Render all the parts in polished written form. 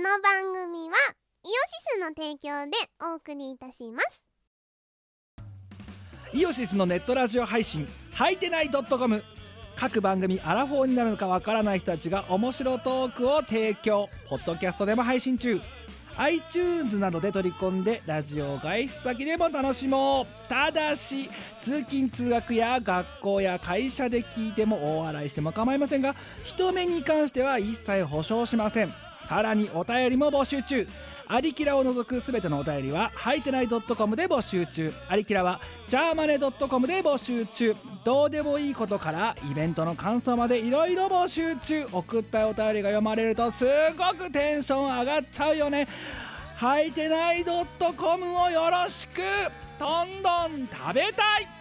の番組はイオシスの提供でお送りいたします。 イオシスのネットラジオ配信はいてない .com、 各番組アラフォーになるのかわからない人たちが面白トークを提供。ポッドキャストでも配信中。 iTunes などで取り込んでラジオ外出先でも楽しもう。ただし通勤通学や学校や会社で聞いても大笑いしても構いませんが、人目に関しては一切保証しません。さらにお便りも募集中。アリキラを除くすべてのお便りははいてない .com で募集中。アリキラはジャーマネ .com で募集中。どうでもいいことからイベントの感想までいろいろ募集中。送ったお便りが読まれるとすごくテンション上がっちゃうよね。はいてない .com をよろしく。どんどん食べたい。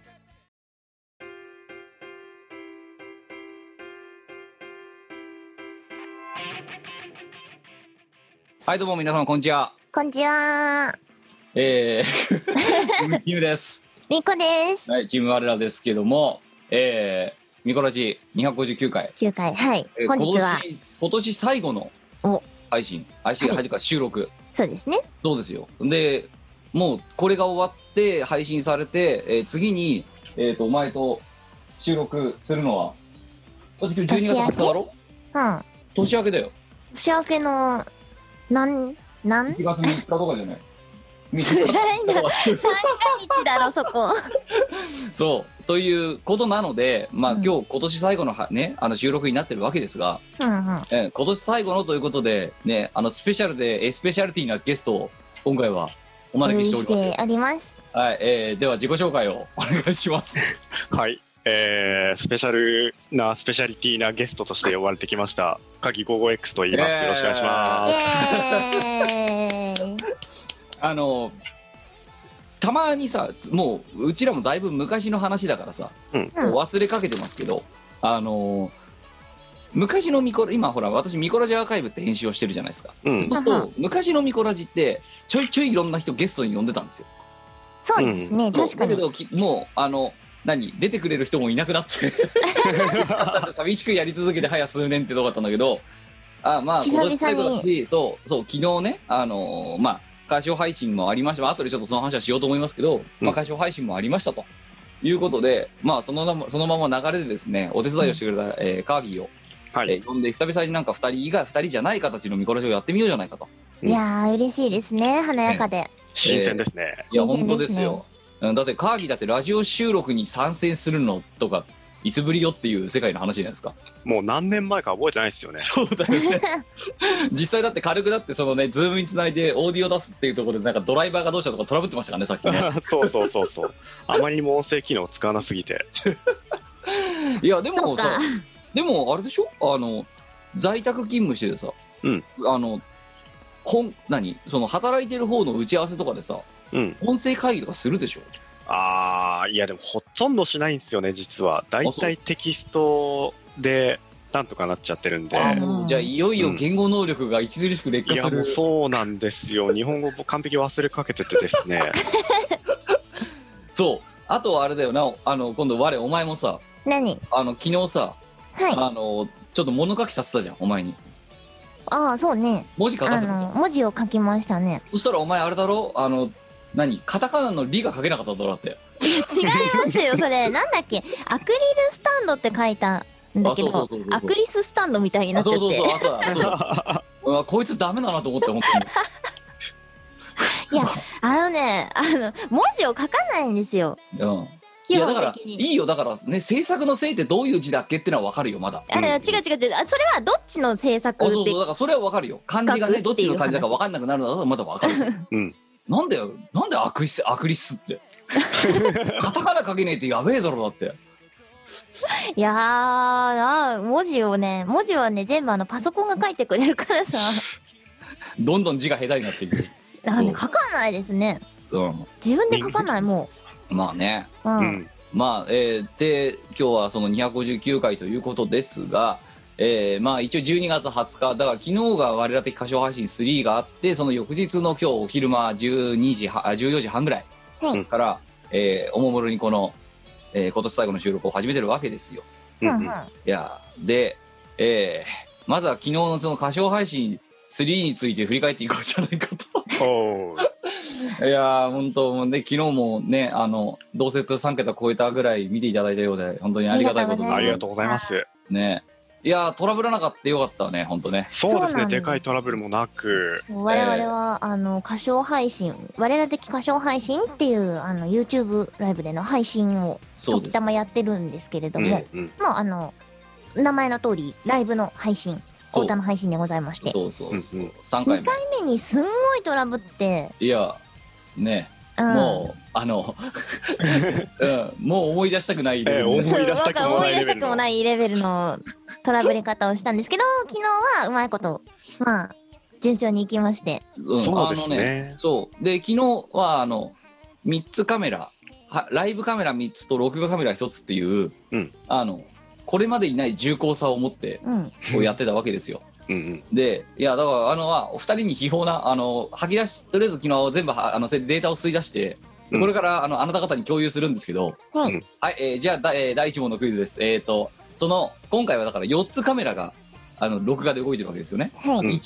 はいどうも皆様こんにちは。 こんにちは。 チームです。 みこです。 はい、チーム我らですけども、ミコラジ259回 9回、はい、本日は今年最後の配信、収録。 そうですね。 そうですよ。でもうこれが終わって配信されて、次にお前と収録するのはだって今日12月20日だろ。 うん、 年明けだよ。 年明けの1月 3日とかじゃない。 つらいな3ヶ日だろそこそうということなので、まあ、今年最後のね収録になってるわけですが、今年最後のということでね、スペシャルでスペシャリティなゲストを今回はお招きしております。はい、では自己紹介をお願いしますはい、スペシャルなスペシャリティなゲストとして呼ばれてきました鍵 55X と言います。よろしくお願いします。 たまにさ、もううちらもだいぶ昔の話だからさ、忘れかけてますけど、昔のミコラ、今ほら私ミコラジアーカイブって編集をしてるじゃないですか、そうすると昔のミコラジってちょいちょいいろんな人ゲストに呼んでたんですよ。 そうですね、確かに。 だけどもう出てくれる人もいなくなって寂しくやり続けて早数年ってとこだったんだけど、まあ今年最後だし、そう昨日ね、まあ歌唱配信もありました。後でちょっとその話はしようと思いますけど、まあ、歌唱配信もありましたということで、まあそのまま流れでですね、お手伝いをしてくれた、カーギーを、呼んで久々になんか2人じゃない形のミコラジをやってみようじゃないかと。 いやー嬉しいですね、華やかで、 新鮮ですね。 いや本当ですよ。だってカーギーだってラジオ収録に参戦するのとかいつぶりよっていう世界の話じゃないですか。 もう何年前か覚えてないですよね。 そうだよね実際だって軽くだってそのねズームにつないでオーディオ出すっていうところでなんかドライバーがどうしたとかトラブってましたからねさっきねそうあまりにも音声機能使わなすぎていやでもさ、でもあれでしょ、在宅勤務しててさ、その働いてる方の打ち合わせとかでさ、音声会議とかするでしょ。 いやでもほとんどしないんですよね実は。だいたいテキストでなんとかなっちゃってるんで。 じゃあいよいよ言語能力が著しく劣化する。 いやもうそうなんですよ。日本語完璧忘れかけててですねそうあとはあれだよな、今度お前もさ、 何昨日さ、 はい、 ちょっと物書きさせたじゃんお前に。 そうね、 文字書かせたじゃん。 文字を書きましたね。 そしたらお前あれだろ、カタカナのリが書けなかっただろって。 違いますよそれ。なんだっけ、アクリルスタンドって書いたんだけど、アクリススタンドみたいになっちゃって。そうこいつダメだなと思って本当にいや文字を書かないんですよ。 いやだからいいよ、だからね、制作のせいってどういう字だっけってのは分かるよまだ。 違う、それはどっちの制作って。 だからそれは分かるよ。漢字がねどっちの漢字だか分かんなくなるのだとまだ分かるよなんでアクリスってカタカナ書けねえってやべえだろだって。 いやー文字はね全部パソコンが書いてくれるからさどんどん字が下手になっていく。 書かないですね。自分で書かないもう。まあね。まあで今日はその259回ということですが、まあ一応12月20日だから昨日が我ら的歌唱配信3があって、その翌日の今日お昼間14時半ぐらいから、おもむろにこの、今年最後の収録を始めてるわけですよ。いやで、まずは昨日のその歌唱配信 3について振り返っていこうじゃないかと。 おいやー本当もうね、昨日もね同説3桁超えたぐらい見ていただいたようで本当にありがたいことでありがとうございます。 ね。いやートラブらなかったよかったね本当ね。 そうですね、 そうなんですでかいトラブルもなく、 我々は、歌唱配信、我ら的歌唱配信っていう、YouTube ライブでの配信を、 そうです時たまやってるんですけれどうんも、 うん、 まあ、名前の通り、ライブの配信、 そうお歌の配信でございまして、 そうそうそう、 うんうん 3 2 回回目目にすんごいトラブって、 いやね、 うん、 もうもう思い出したくないレベル思いでそう、 出したくも思ないいレベルの出したくもないレベルのトラブり方をしたんですけど、昨日はうまいこと、まあ、順調にいきまして、 そうですね。 そうで昨日は3つカメラライブカメラ3つと録画カメラ1つっていう、 うん、 これまでにない重厚さを持ってうん。 こうやってたわけですよ。 うんうんでいやだからお二人に秘宝な吐き出しとりあえず昨日全部データを吸い出してうんこれからあなた方に共有するんですけど、 はいうんはいじゃあ第1問のクイズです。今回はだから4つカメラが録画で動いてるわけですよね。 はい。 うん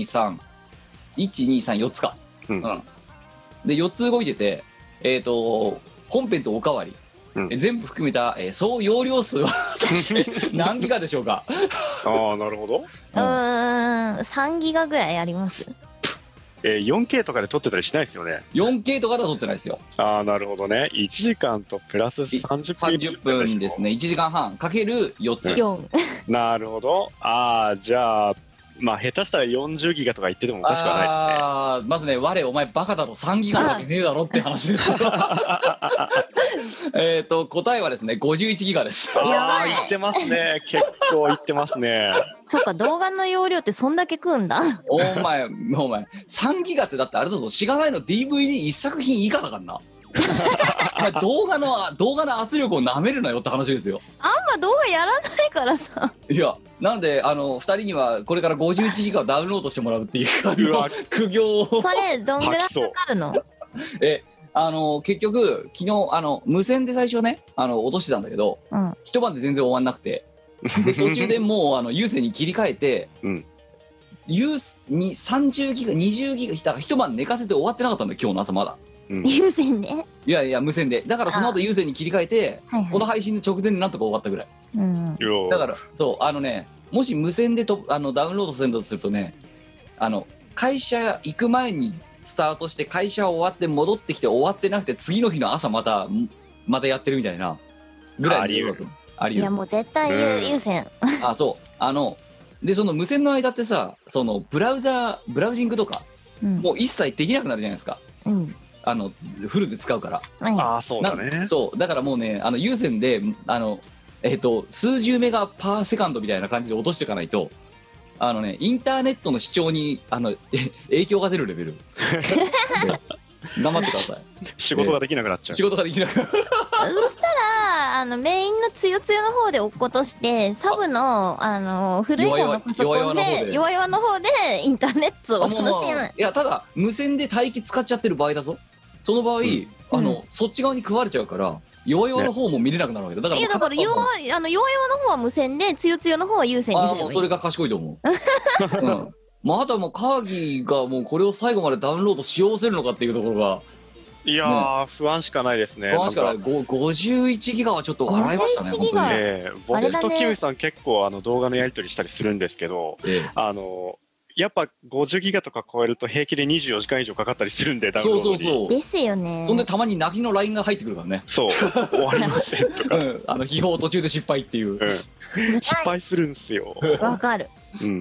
123つか、 うんで4つ動いてて本編とおかわり、 うん全部含めた、総容量数は果たして何ギガでしょうか。 ああ、なるほど。 3ギガぐらいあります。 4K とかで撮ってたりしないですよね。 4K とかでは撮ってないですよ。 ああ、なるほどね。1時間とプラス30分。 30分ですね。1時間半かける4つ、 4。 なるほど。ああ、じゃあ、まあ、下手したら40ギガとか言っててもおかしくはないあーまずね我お前バカだろ3ギガなわけねえだろって話です答えはですね51ギガですですね。ああ、 やばい言ってますね。結構言ってますね。 そっか、動画の容量ってそんだけ食うんだ。 お前3ギガってだってあれだぞしがないの DVD1 作品以下だからなお前動画の圧力をなめるなよって話ですよ。 あんま動画やらないからさ。 いやなんで2人にはこれから51ギガをダウンロードしてもらうっていううわ苦行をそれ、どんぐらいかかるの？ 結局昨日無線で最初ね落としてたんだけどうん。 一晩で全然終わんなくてで途中でもう有線に切り替えて、 うんに30ギガ20ギガ一晩寝かせて終わってなかったんだ今日の朝まだ。 うん優先で。 いや無線でだからその後有線に切り替えてはいはい。 この配信の直前になんとか終わったぐらいうん。 よだからそうもし無線でダウンロードするんだとするとね会社行く前にスタートして会社終わって戻ってきて終わってなくて次の日の朝またやってるみたいなぐらいのあり得る量だとありいや、 得る。 もう絶対うん優先。 あそうでその無線の間ってさそのブラウジングとかうん。 もう一切できなくなるじゃないですかうん。 フルで使うからはああ、そうだね。 そうだからもうね有線で数十メガパーセカンドみたいな感じで落としていかないとインターネットの視聴に影響が出るレベル頑張ってください。 仕事ができなくなっちゃう。 仕事ができなくい。そしたら、メインのつよつよの方で落っことして、サブの、古い方のパソコンで、弱々の方でインターネットを楽しむ。 いやただ無線で帯域使っちゃってる場合だぞ。その場合、そっち側に食われちゃうから弱々の方も見れなくなるわけだ。だからいや、だから弱々の方は無線で、つよつよの方は優先にすればいい。 もうそれが賢いと思う。あとはもうカーギーがもうこれを最後までダウンロードしようせるのかっていうところがいやー、不安しかないですね。 不安しかない。51ギガはちょっと笑いましたね。 51ギガ僕とキムさん結構動画のやり取りしたりするんですけど、やっぱ50ギガとか超えると平気で24時間以上かかったりするんで、ダウンロードに。 そうですよね。 そんでたまに泣きの LINE が入ってくるからね。 そう、終わりませんとか。 秘宝途中で失敗っていう。 失敗するんすよ。 わかる。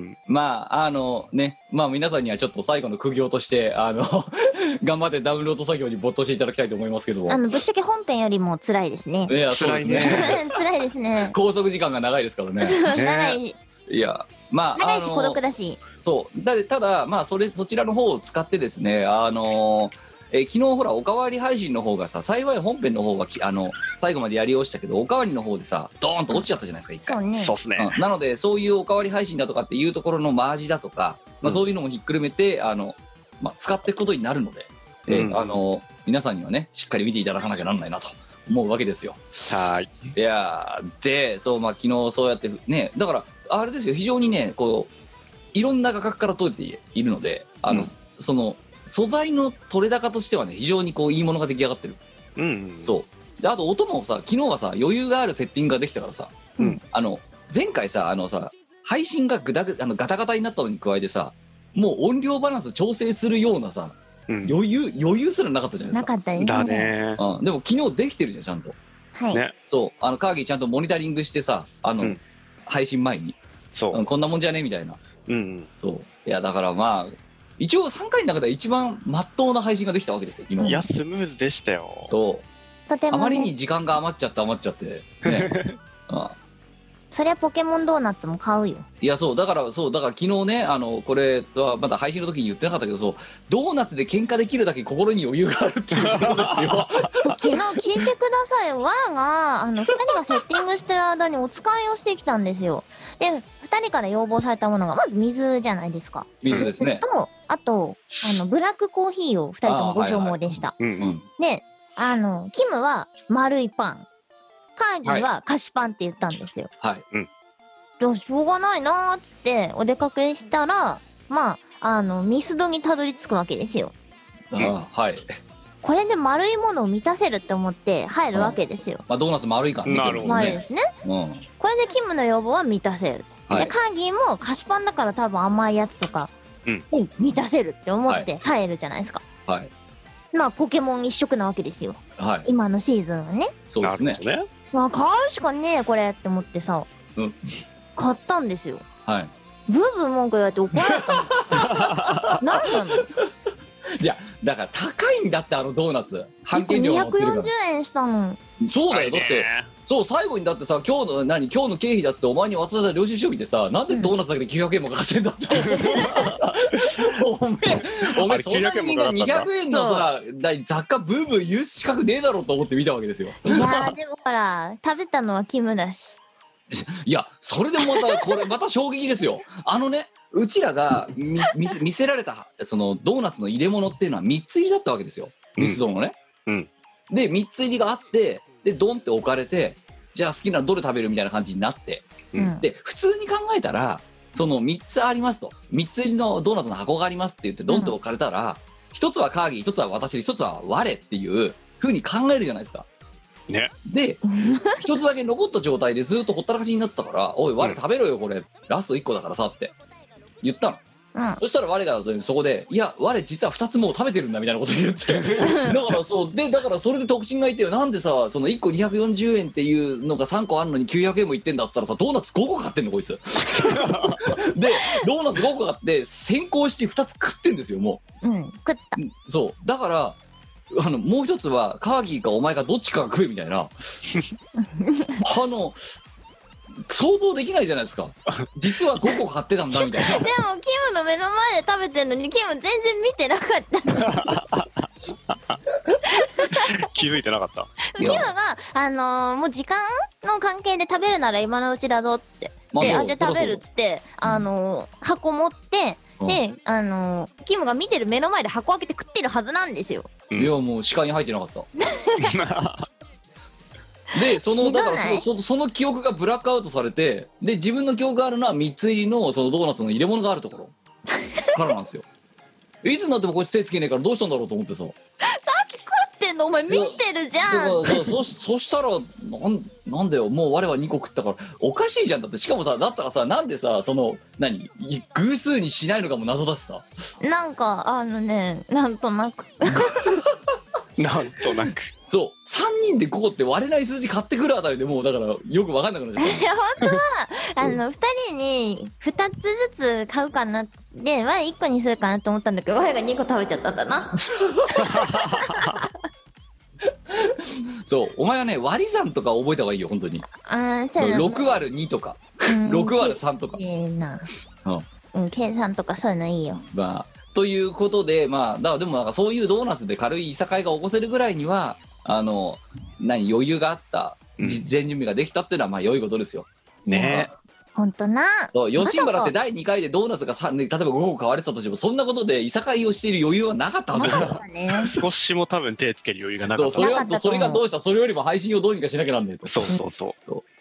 皆さんにはちょっと最後の苦行として頑張ってダウンロード作業に没頭していただきたいと思いますけども。 ぶっちゃけ本編よりも辛いですね。 いや、そうですね。 辛いですね。 拘束時間が長いですからね。 長い。 いや、 長いし孤独だし。 そうただそちらの方を使ってですね昨日ほらおかわり配信の方がさ幸い本編の方は最後までやりおしたけどおかわりの方でさドーンと落ちちゃったじゃないですか一回。 そうね。 そうっすね。 なのでそういうおかわり配信だとかっていうところのマージだとか、そういうのもひっくるめて使っていくことになるので、皆さんにはねしっかり見ていただかなきゃなんないなと思うわけですよ。 はい。 いやで昨日そうやってねだからあれですよ非常にねいろんな価格から取れているので、その素材の取れ高としてはね非常にこういいものが出来上がってる。そうで、あと音もさ、昨日はさ余裕があるセッティングができたからさ、前回さ配信がガタガタになったのに加えてさ、もう音量バランス調整するようなさ、余裕すらなかったじゃないですか。 なかったですね。 だね。 でも昨日できてるじゃんちゃんと。 はい。 ね、 そうカーギーちゃんとモニタリングしてさ配信前にこんなもんじゃねみたいな。そういやだからまあ一応3回の中で一番まっとうな配信ができたわけですよ昨日。 いやスムーズでしたよ。 そうとても、ね、 あまりに時間が余っちゃってねそりゃポケモンドーナツも買うよ。 いやだから昨日ねこれはまだ配信の時に言ってなかったけど、ドーナツで喧嘩できるだけ心に余裕があるっていうことですよ昨日聞いてください。わーが2人がセッティングしてる間にお使いをしてきたんですよ。で2人から要望されたものがまず水じゃないですか。 水ですね。 とあとブラックコーヒーを2人ともご所望でした。でキムは丸いパン、カーギーは菓子パンって言ったんですよ。 はい。 しょうがないなーっつってお出かけしたら、まあミスドにたどり着くわけですよ。 はい。 これで丸いものを満たせるって思って入るわけですよ。 まあドーナツ丸いからね。 なるほどね。 丸いですね。これでキムの要望は満たせる。でカーギーも菓子パンだから多分甘いやつとか満たせるって思って入るじゃないですか。 はい。 まあポケモン一色なわけですよ。はい。今のシーズンはね。 そうですね。 まあ買うしかねえこれって思ってさ。買ったんですよ。 はい。 ブーブー文句言われて怒られたの。何なの？ じゃあだから高いんだってドーナツ。 半券料持ってるから。240円したの。 そうだよだって最後にだってさ今日の経費だっつってお前に渡された領収書見てさ、なんでドーナツだけで900円もかかってんだっておめえそんなに200円のさ雑貨ブーブー言う資格ねえだろと思って見たわけですよ。 いやでもほら食べたのはキムだし。 いやそれでもこれまた衝撃ですよ。うちらが見せられたそのドーナツの入れ物っていうのは3つ入りだったわけですよ、ミスドのね。で3つ入りがあってでドンって置かれて、じゃあ好きなどれ食べるみたいな感じになって、で普通に考えたらその3つありますと、3つ入りのドーナツの箱がありますって言ってドンって置かれたら、1つはカーギー、1つは私で1つは我っていう風に考えるじゃないですか。ね、で1つだけ残った状態でずっとほったらかしになってたから「おい我食べろよこれラスト1個だからさ」って言ったの。そしたら我がそこで「いや我実は2つもう食べてるんだ」みたいなこと言ってだからそれで特進がいてよ、なんでさその1個240円っていうのが3個あるのに900円もいってんだっつったらさ、ドーナツ5個買ってんのこいつでドーナツ5個買って先行して2つ食ってんですよもう。 食った。 そうだからもう一つはカーギーかお前かどっちかが食えみたいな想像できないじゃないですか。実は5個買ってたんだみたいなでもキムの目の前で食べてんのにキム全然見てなかった気づいてなかった。 キムがもう時間の関係で食べるなら今のうちだぞって、でじゃあ食べるっつって箱持ってでキムが見てる目の前で箱開けて食ってるはずなんですよ。 いやもう視界に入ってなかったでだからその記憶がブラックアウトされて、で自分の記憶があるのは3つ入りのそのドーナツの入れ物があるところからなんですよいつになってもこいつ手つけねえからどうしたんだろうと思ってさ、 さっき食ってんのお前見てるじゃんそしたらなんだよもう我は2個食ったからおかしいじゃん。だってしかもさだったらさなんでさ偶数にしないのかも謎だしさ、 なんかなんとなくなんとなくそう3人で5個って割れない数字買ってくるあたりでもうだからよく分かんなくなっちゃったいや本当は2人に2つずつ買うかなでワイ1個にするかなと思ったんだけどワイが2個食べちゃったんだなそうお前はね割り算とか覚えた方がいいよ本当に。6割る2とか6割る3とか計算とかそういうのいいよ。 まあということででもなんかそういうドーナツで軽いいさかいが起こせるぐらいには余裕があった前準備ができたっていうのはまあ良いことですよね。 ほんとな。 吉村って第2回でドーナツが例えば5個買われてたとしてもそんなことでいさかいをしている余裕はなかったはずですよ少しも多分手つける余裕がなかった。 それがどうした、それよりも配信をどうにかしなきゃなんねえと。 そう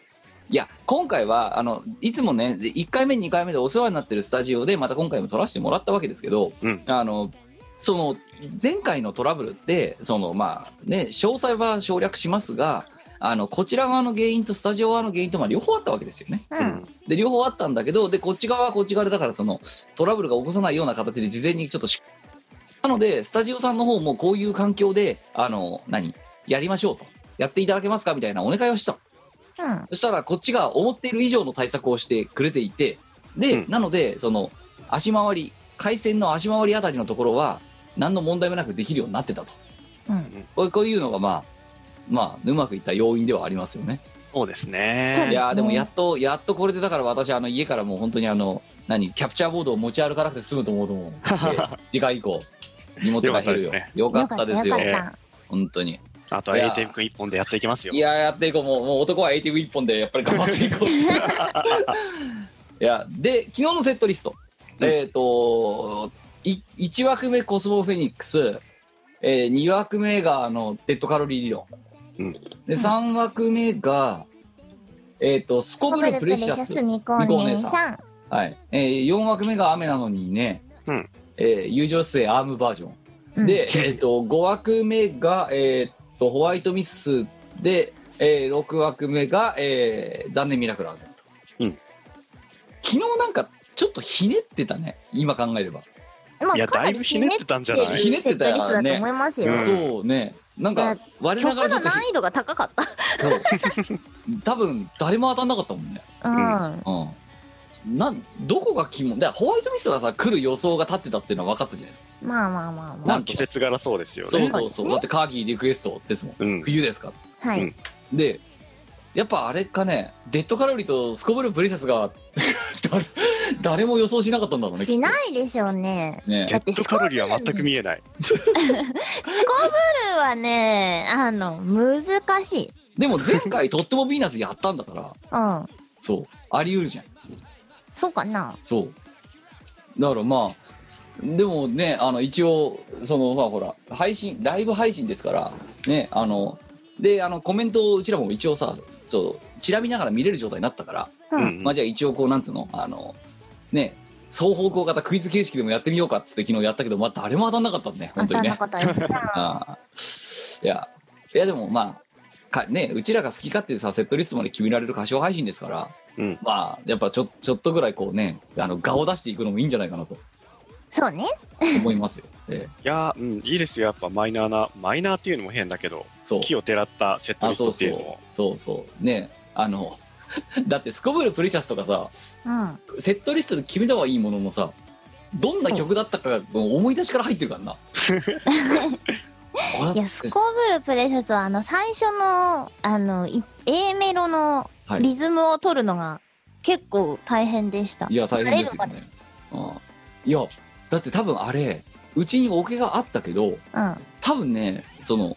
いや今回はいつもね1回目2回目でお世話になってるスタジオでまた今回も撮らせてもらったわけですけど、 うん、 その前回のトラブルってそのまあね詳細は省略しますがこちら側の原因とスタジオ側の原因と両方あったわけですよね、 うん、 で両方あったんだけどでこっち側はこっち側でだからそのトラブルが起こさないような形で事前にちょっとなのでスタジオさんの方もこういう環境でやりましょうとやっていただけますかみたいなお願いをしたうん、 そしたらこっちが思っている以上の対策をしてくれていてで、なのでその足回り回線の足回りあたりのところは何の問題もなくできるようになってたと、 うん、 こういうのがまあうまくいった要因ではありますよね。 そうですね。 いやでもやっとこれでだから私家からもう本当にキャプチャーボードを持ち歩かなくて済むと思うと思う次回以降荷物が減るよ。よかったですよ本当に。 あとは ATEM 君一本でやっていきますよ。 いややっていこう。もう男は ATEM 一本でやっぱり頑張っていこういやで昨日のセットリスト、1枠目コスモフェニックス、2枠目がデッドカロリー理論、で3枠目がスコブルプレシャスみこお姉さん、はい、4枠目が雨なのにね、友情姿勢アームバージョン、で、5枠目がホワイトミスで、6枠目が、残念ミラクラーゼント、昨日なんかちょっとひねってたね今考えれば。 いやだいぶひねってたんじゃない？ ひねってたよね。そうね。なんか我ながら曲の難易度が高かった多分誰も当たんなかったもんね。どこが肝だホワイトミストがさ来る予想が立ってたっていうのは分かったじゃないですか。 まあ季節柄そうですよね。 そうだってカーキーリクエストですもん、冬ですか。 はい、 でやっぱあれかねデッドカロリーとスコブルプレシャスが誰も予想しなかったんだろうね。 しないでしょうね。 デッドカロリーは全く見えない。 スコブルはね難しい。 でも前回とってもヴィーナスやったんだからそうあり得るじゃん。 そうかな。 そうだからまあでもね一応そのほらライブ配信ですからねでコメントをうちらも一応さチラ見ながら見れる状態になったから、まあじゃあ一応こうなんつうのね双方向型クイズ形式でもやってみようかっつって昨日やったけど誰も当たんなかったね本当にね。 当たんなかったいやでもまあねうちらが好き勝手でさセットリストまで決められる歌唱配信ですから、まあやっぱちょっとぐらいこうね画を出していくのもいいんじゃないかなと。 そうね思いますよ。 いやいいですよやっぱマイナーっていうのも変だけど木をてらったセットリストっていうのもそうねだってスコブルプレシャスとかさ、セットリストで決めたはいいもののさどんな曲だったかが思い出しから入ってるからな。 いやスコブルプレシャスは最初のA メロのリズムを取るのが結構大変でした。 いや大変ですよね。いやだって多分あれうちにオケがあったけど、多分ねその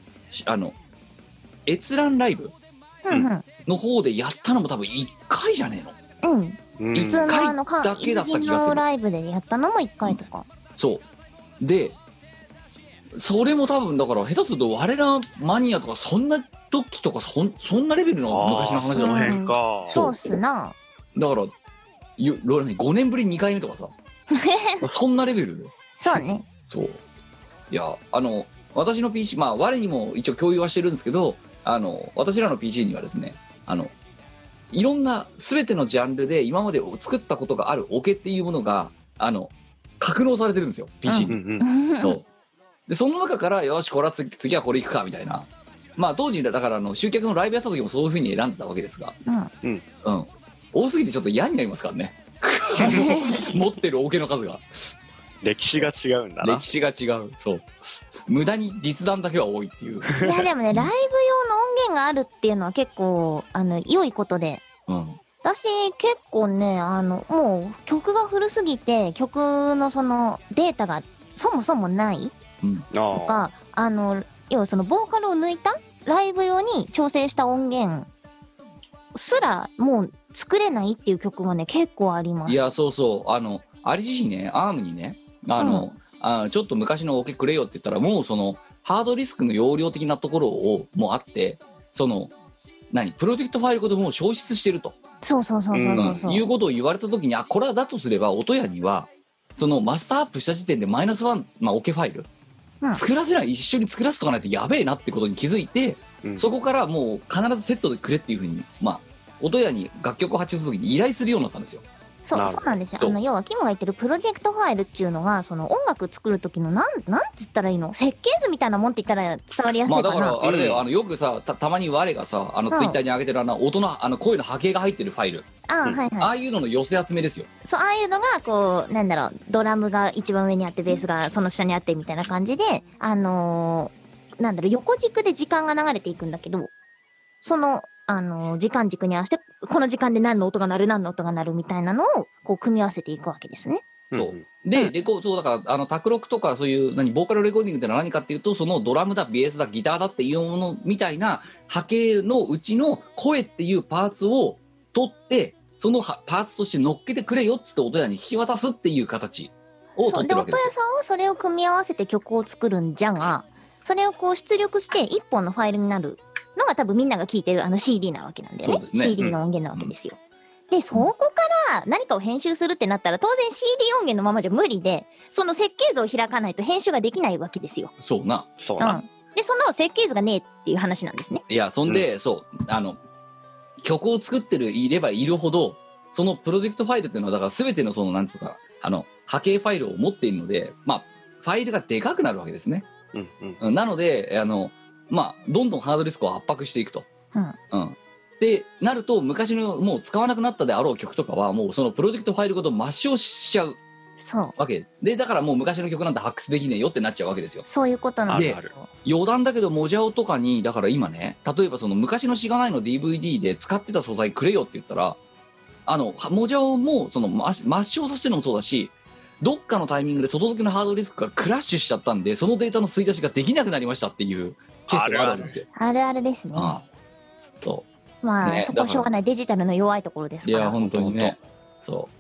閲覧ライブの方でやったのも多分1回じゃねえの。1回だけだった気がする。 ライブでやったのも1回とか。 そうでそれも多分だから下手すると我らマニアとかそんな時とかそんなレベルの昔の話だったね。 そうっすな。 だから5年ぶり2回目とかさそんなレベルで。 そうね。 そういや私の PC 我にも一応共有はしてるんですけど私らの PC にはですねいろんな全てのジャンルで今まで作ったことがあるオケっていうものが格納されてるんですよ PC に。そうでその中からよしこれは次はこれいくかみたいな。当時だから集客のライブやった時もそういう風に選んでたわけですが、多すぎてちょっと嫌になりますからね持ってるオケの数が。 歴史が違うんだな。 歴史が違う。そう無駄に実弾だけは多いっていう。 いやでもねライブ用の音源があるっていうのは結構良いことで、私結構ねもう曲が古すぎて曲のそのデータがそもそもないとか要はそのボーカルを抜いたライブ用に調整した音源すらもう作れないっていう曲もね結構あります。 いやそうあれ自身ねアームにねちょっと昔のオケくれよって言ったらもうそのハードディスクの容量的なところをもうあってそのプロジェクトファイルごともう消失してると、 そうそうそうそうそうそう、 いうことを言われた時に、これはだとすれば音屋にはそのマスターアップした時点でマイナス1、オケファイル、作らせない、一緒に作らせとかないとやべえなってことに気づいて、そこからもう必ずセットでくれっていうふうに、音屋に楽曲を発注する時に依頼するようになったんですよ。 そうなんですよ。要はキムが言ってるプロジェクトファイルっていうのが、その音楽作る時のなんつったらいいの、設計図みたいなもんって言ったら伝わりやすいかな。 だからあれだよ、よくさ たまに我がさツイッターに上げてる音の声の波形が入ってるファイル、 はいはい、 ああいうのの寄せ集めですよ。 そう、ああいうのがこうなんだろう、ドラムが一番上にあってベースがその下にあってみたいな感じで、なんだろう、横軸で時間が流れていくんだけど、その時間軸に合わせてこの時間で何の音が鳴るみたいなのをこう組み合わせていくわけですね。 そうで、そうだから卓録とかそういうボーカルレコーディングってのは何かっていうと、そのドラムだベースだギターだっていうものみたいな波形のうちの声っていうパーツを取って、そのパーツとして乗っけてくれよっつって音屋に引き渡すっていう形を取ってるわけですよ。 で音屋さんはそれを組み合わせて曲を作るんじゃが、それをこう出力して一本のファイルになるのが多分みんなが聴いてるCD なわけなんだよね。CD の音源なわけですよ。でそこから何かを編集するってなったら当然 CD 音源のままじゃ無理で、その設計図を開かないと編集ができないわけですよ。 そうな。 でその設計図がねえっていう話なんですね。 いやそんで、そう曲を作っていればいるほど、そのプロジェクトファイルっていうのはだから全てのそのなんつうか波形ファイルを持っているので、ファイルがでかくなるわけですね。なのでどんどんハードディスクを圧迫していくと。でなると昔のもう使わなくなったであろう曲とかはもうそのプロジェクトファイルごと抹消しちゃうわけで、だからもう昔の曲なんて発掘できねえよってなっちゃうわけですよ。 そういうことなんで余談だけどモジャオとかにだから今ね、例えばその昔のしがないの DVD で使ってた素材くれよって言ったら、モジャオもその抹消させてるのもそうだし、どっかのタイミングで外付けのハードディスクがクラッシュしちゃったんで、そのデータの吸い出しができなくなりましたっていうケースがあるわけですよ。 あるあるですね。そうそこはしょうがない、デジタルの弱いところですから。 いや本当にね、そう、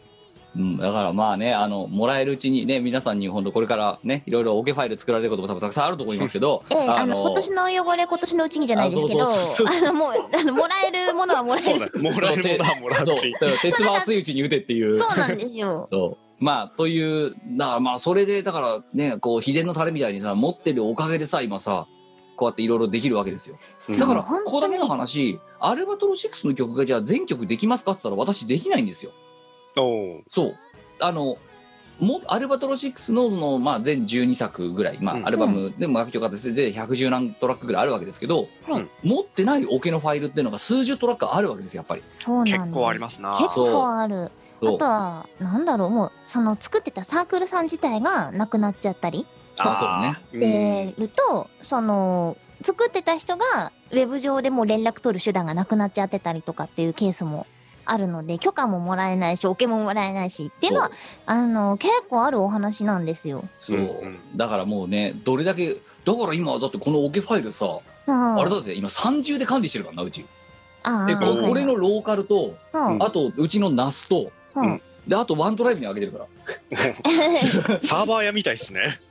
だからもらえるうちにね、皆さんに本当これからねいろいろオケファイル作られることも多分たくさんあると思いますけど、 今年の汚れ今年のうちにじゃないですけど、もらえるものはもらえる。 もらえるものはもらうし、 鉄は熱いうちに打てっていう。 そうなんですよ。 そうというだからそれでだからね、こう秘伝のタレみたいにさ持ってるおかげでさ今さこうやっていろいろできるわけですよ。だからここだけの話、アルバトロ6の曲がじゃあ全曲できますかって言ったら私できないんですよ。そうアルバトロ6のその全12作ぐらい、アルバムでも楽曲がで110何トラックぐらいあるわけですけど、持ってないオケのファイルっていうのが数十トラックあるわけですよやっぱり。 そうなんです。 結構ありますな。 結構ある。あとはなんだろう、もうその作ってたサークルさん自体がなくなっちゃったりしてると、その作ってた人がウェブ上でもう連絡取る手段がなくなっちゃってたりとかっていうケースもあるので、許可ももらえないしオケももらえないしっていうのは結構あるお話なんですよ。 だからもうね、どれだけだから今だってこのオケファイルさ、あれだぜ今30で管理してるからなうち。でこれのローカルと、あとうちのナスと、であとワントライブに上げてるからサーバー屋みたいですね。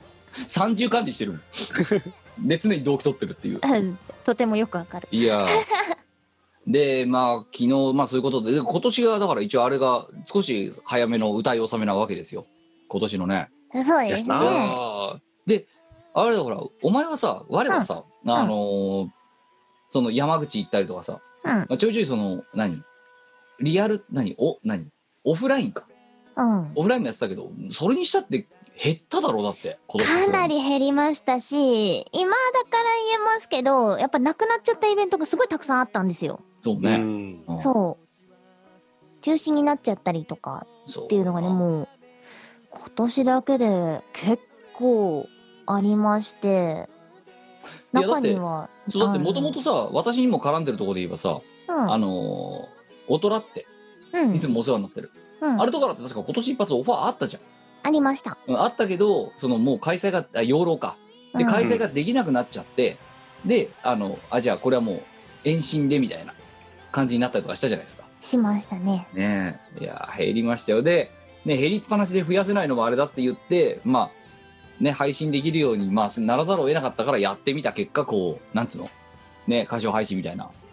30管理してるもんで常に同期取ってるっていうとてもよくわかる。 いやで昨日そういうことで今年がだから一応あれが少し早めの歌い納めなわけですよ今年のね。 そうですね。 であれだからお前はさ我はさ、その山口行ったりとかさ、ちょいちょいそのリアルオフラインか、オフラインもやってたけど、それにしたって減っただろうだって今年かなり減りましたし、今だから言えますけどやっぱなくなっちゃったイベントがすごいたくさんあったんですよ。 そうね、 そう中止になっちゃったりとかっていうのがね、もう今年だけで結構ありまして、中にはだってもともとさ私にも絡んでるところで言えばさ、オトラっていつもお世話になってる、あれとかだって確か今年一発オファーあったじゃん。 ありました。 あったけどそのもう開催が養老かで開催ができなくなっちゃって、でじゃあこれはもう延伸でみたいな感じになったりとかしたじゃないですか。 しましたね。 ねえ、いや減りましたよ。で、ね、減りっぱなしで増やせないのもあれだって言って配信できるようにならざるを得なかったからやってみた結果こうなんつうのね歌唱配信みたいな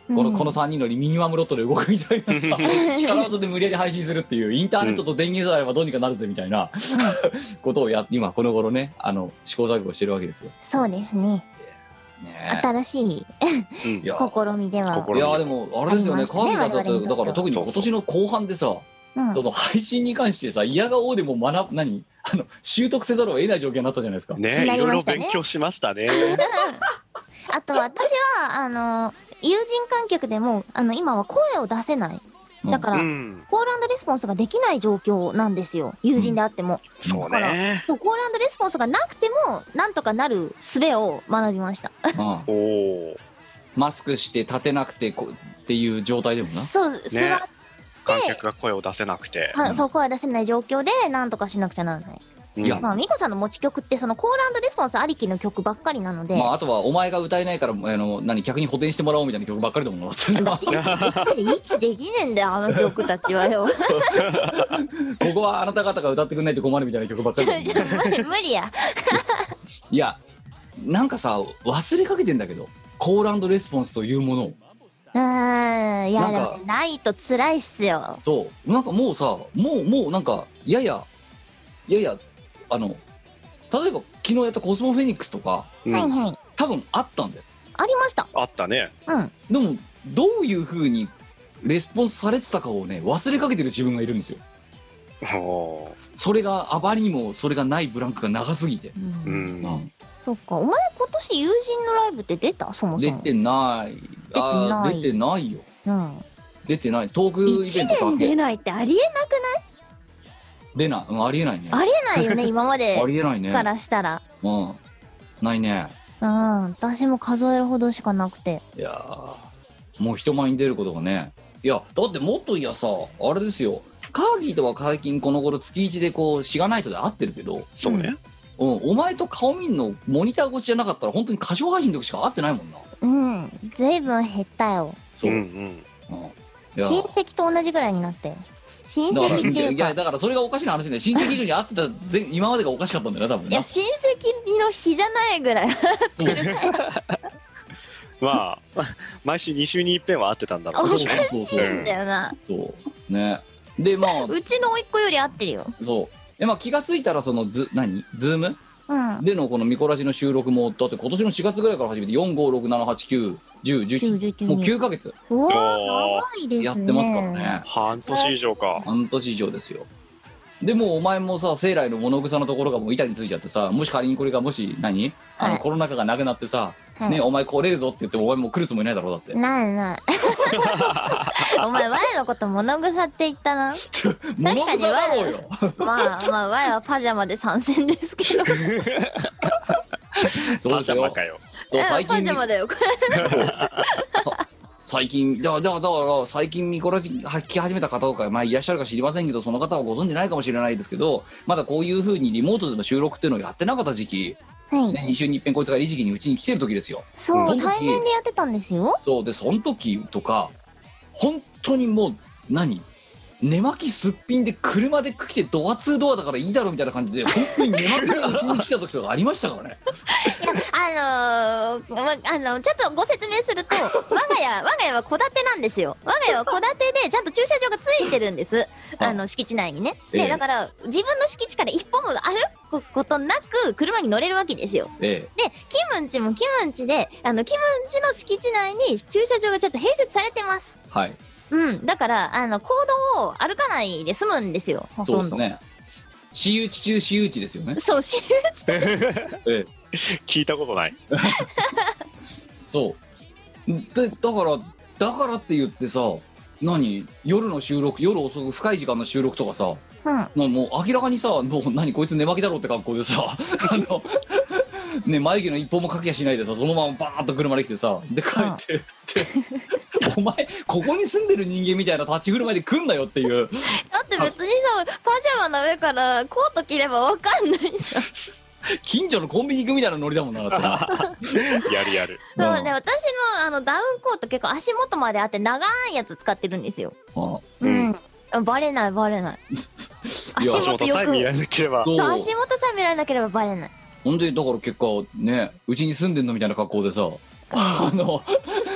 この3人のミニマムロットで動くみたいなさ力技で無理やり配信するっていうインターネットと電源さえあればどうにかなるぜみたいなことを今この頃ね試行錯誤してるわけですよ。 そうですね。 ね新しいいや試みでは。 いやでもあれですよね、カービィだ我々にとってはから特に今年の後半でさ、その配信に関してさ、嫌がおうでも習得せざるを得ない状況になったじゃないですか。 ね、いろいろ勉強しましたね。 あと私は友人観客でも今は声を出せない。だから、コール&レスポンスができない状況なんですよ、友人であっても。 そうね。 コール&レスポンスがなくてもなんとかなる術を学びました。 マスクして立てなくてっていう状態でもな。 そう、座って観客が声を出せなくて、 そう声を出せない状況でなんとかしなくちゃならない。 いや、 ミコさんの持ち曲ってそのコール&レスポンスありきの曲ばっかりなので、 あとはお前が歌えないから客に補填してもらおうみたいな曲ばっかりでももらってるな。 息できねえんだよあの曲たちはよ。 ここはあなた方が歌ってくんないと困るみたいな曲ばっかりだもんね。 無理や。 いやなんかさ忘れかけてんだけど、コール&レスポンスというものを。 いやでもないと辛いっすよ。 そうなんかもうさもうなんかやや例えば昨日やったコスモフェニックスとか、 はいはい、 多分あったんだよ。 ありました。 あったね。 でもどういう風にレスポンスされてたかをね忘れかけてる自分がいるんですよ。それがあまりにもそれがないブランクが長すぎて。 そっか、お前今年友人のライブって出た？そもそも出てない。出てないよ。出てない。トークイベント 1年出ないってありえなくない？ 出ない、ありえないね。 ありえないよね今までありえないねからしたら。 ないね。 私も数えるほどしかなくて。 いやもう人前に出ることがね。いやだってもっといやさあれですよ、カーギーとは最近この頃月1でこうしがないとで会ってるけど、 そうね、 お前と顔見んのモニター越しじゃなかったら本当に歌唱配信の時しか会ってないもんな。 ずいぶん減ったよ。 そう、 親戚と同じぐらいになって。親戚っていうか、 いやだからそれがおかしな話ね。親戚以上に会ってた今までがおかしかったんだよな多分な。 いや親戚の日じゃないぐらい会ってるまあ毎週2週に一遍は会ってたんだろう。 おかしいんだよな。 そうね。でうちの甥っ子より会ってるよ。 そうで気がついたらそのズームでのこのミコラジの収録もだって今年の4月ぐらいから始めて456789101もう9ヶ月長いですね。 やってますからね。 半年以上か。 半年以上ですよ。でもお前もさ生来の物草のところがもう板についちゃってさ、もし仮にこれがもしコロナ禍がなくなってさ、ねお前来れるぞって言ってもお前もう来るつもりないだろうだって。 ないお前ワイのこと物草って言ったな。 物草だろうよ。 まあワイはパジャマで参戦ですけど。 そうですよ。 パジャマかよ。 そう最近パジャマだよこれ。 最近だから最近ミコラジ聞き始めた方とかいらっしゃるか知りませんけど、その方はご存じないかもしれないですけど、まだこういう風にリモートでの収録っていうのをやってなかった時期、2週に一遍こいつがいい時期にうちに来てる時ですよ。 そう対面でやってたんですよ。 そうでその時とか本当にもう寝巻きすっぴんで車で来てドア2ドアだからいいだろうみたいな感じで本当に寝巻きでうちに来た時とかありましたからね。 いやちょっとご説明すると我が家は戸建てなんですよ。我が家は戸建てでちゃんと駐車場がついてるんです。敷地内にね。でだから自分の敷地から一歩も歩くことなく車に乗れるわけですよ。でキムンチもキムンチでキムンチの敷地内に駐車場がちょっと併設されてます。 はい。 だから公道を歩かないで済むんですよ。 そうですね。私有地中私有地ですよね。 そう私有地聞いたことない。 そうでだからって言ってさ、夜の収録、夜遅く深い時間の収録とかさ、もう明らかにさ、もうこいつ寝巻きだろって格好でさ眉毛の一本もかけやしないでさ、そのままバーッと車で来てさ、で帰ってってお前ここに住んでる人間みたいな立ち振る舞いで来んなよっていう。 だって別にさパジャマの上からコート着ればわかんないじゃん。 近所のコンビニ行くみたいなノリだもんな。だってやる。 そうで私のダウンコート結構足元まであって長いやつ使ってるんですよ。バレない足元さえ見られなければバレない。 ほんでだから結果ねうちに住んでんのみたいな格好でさ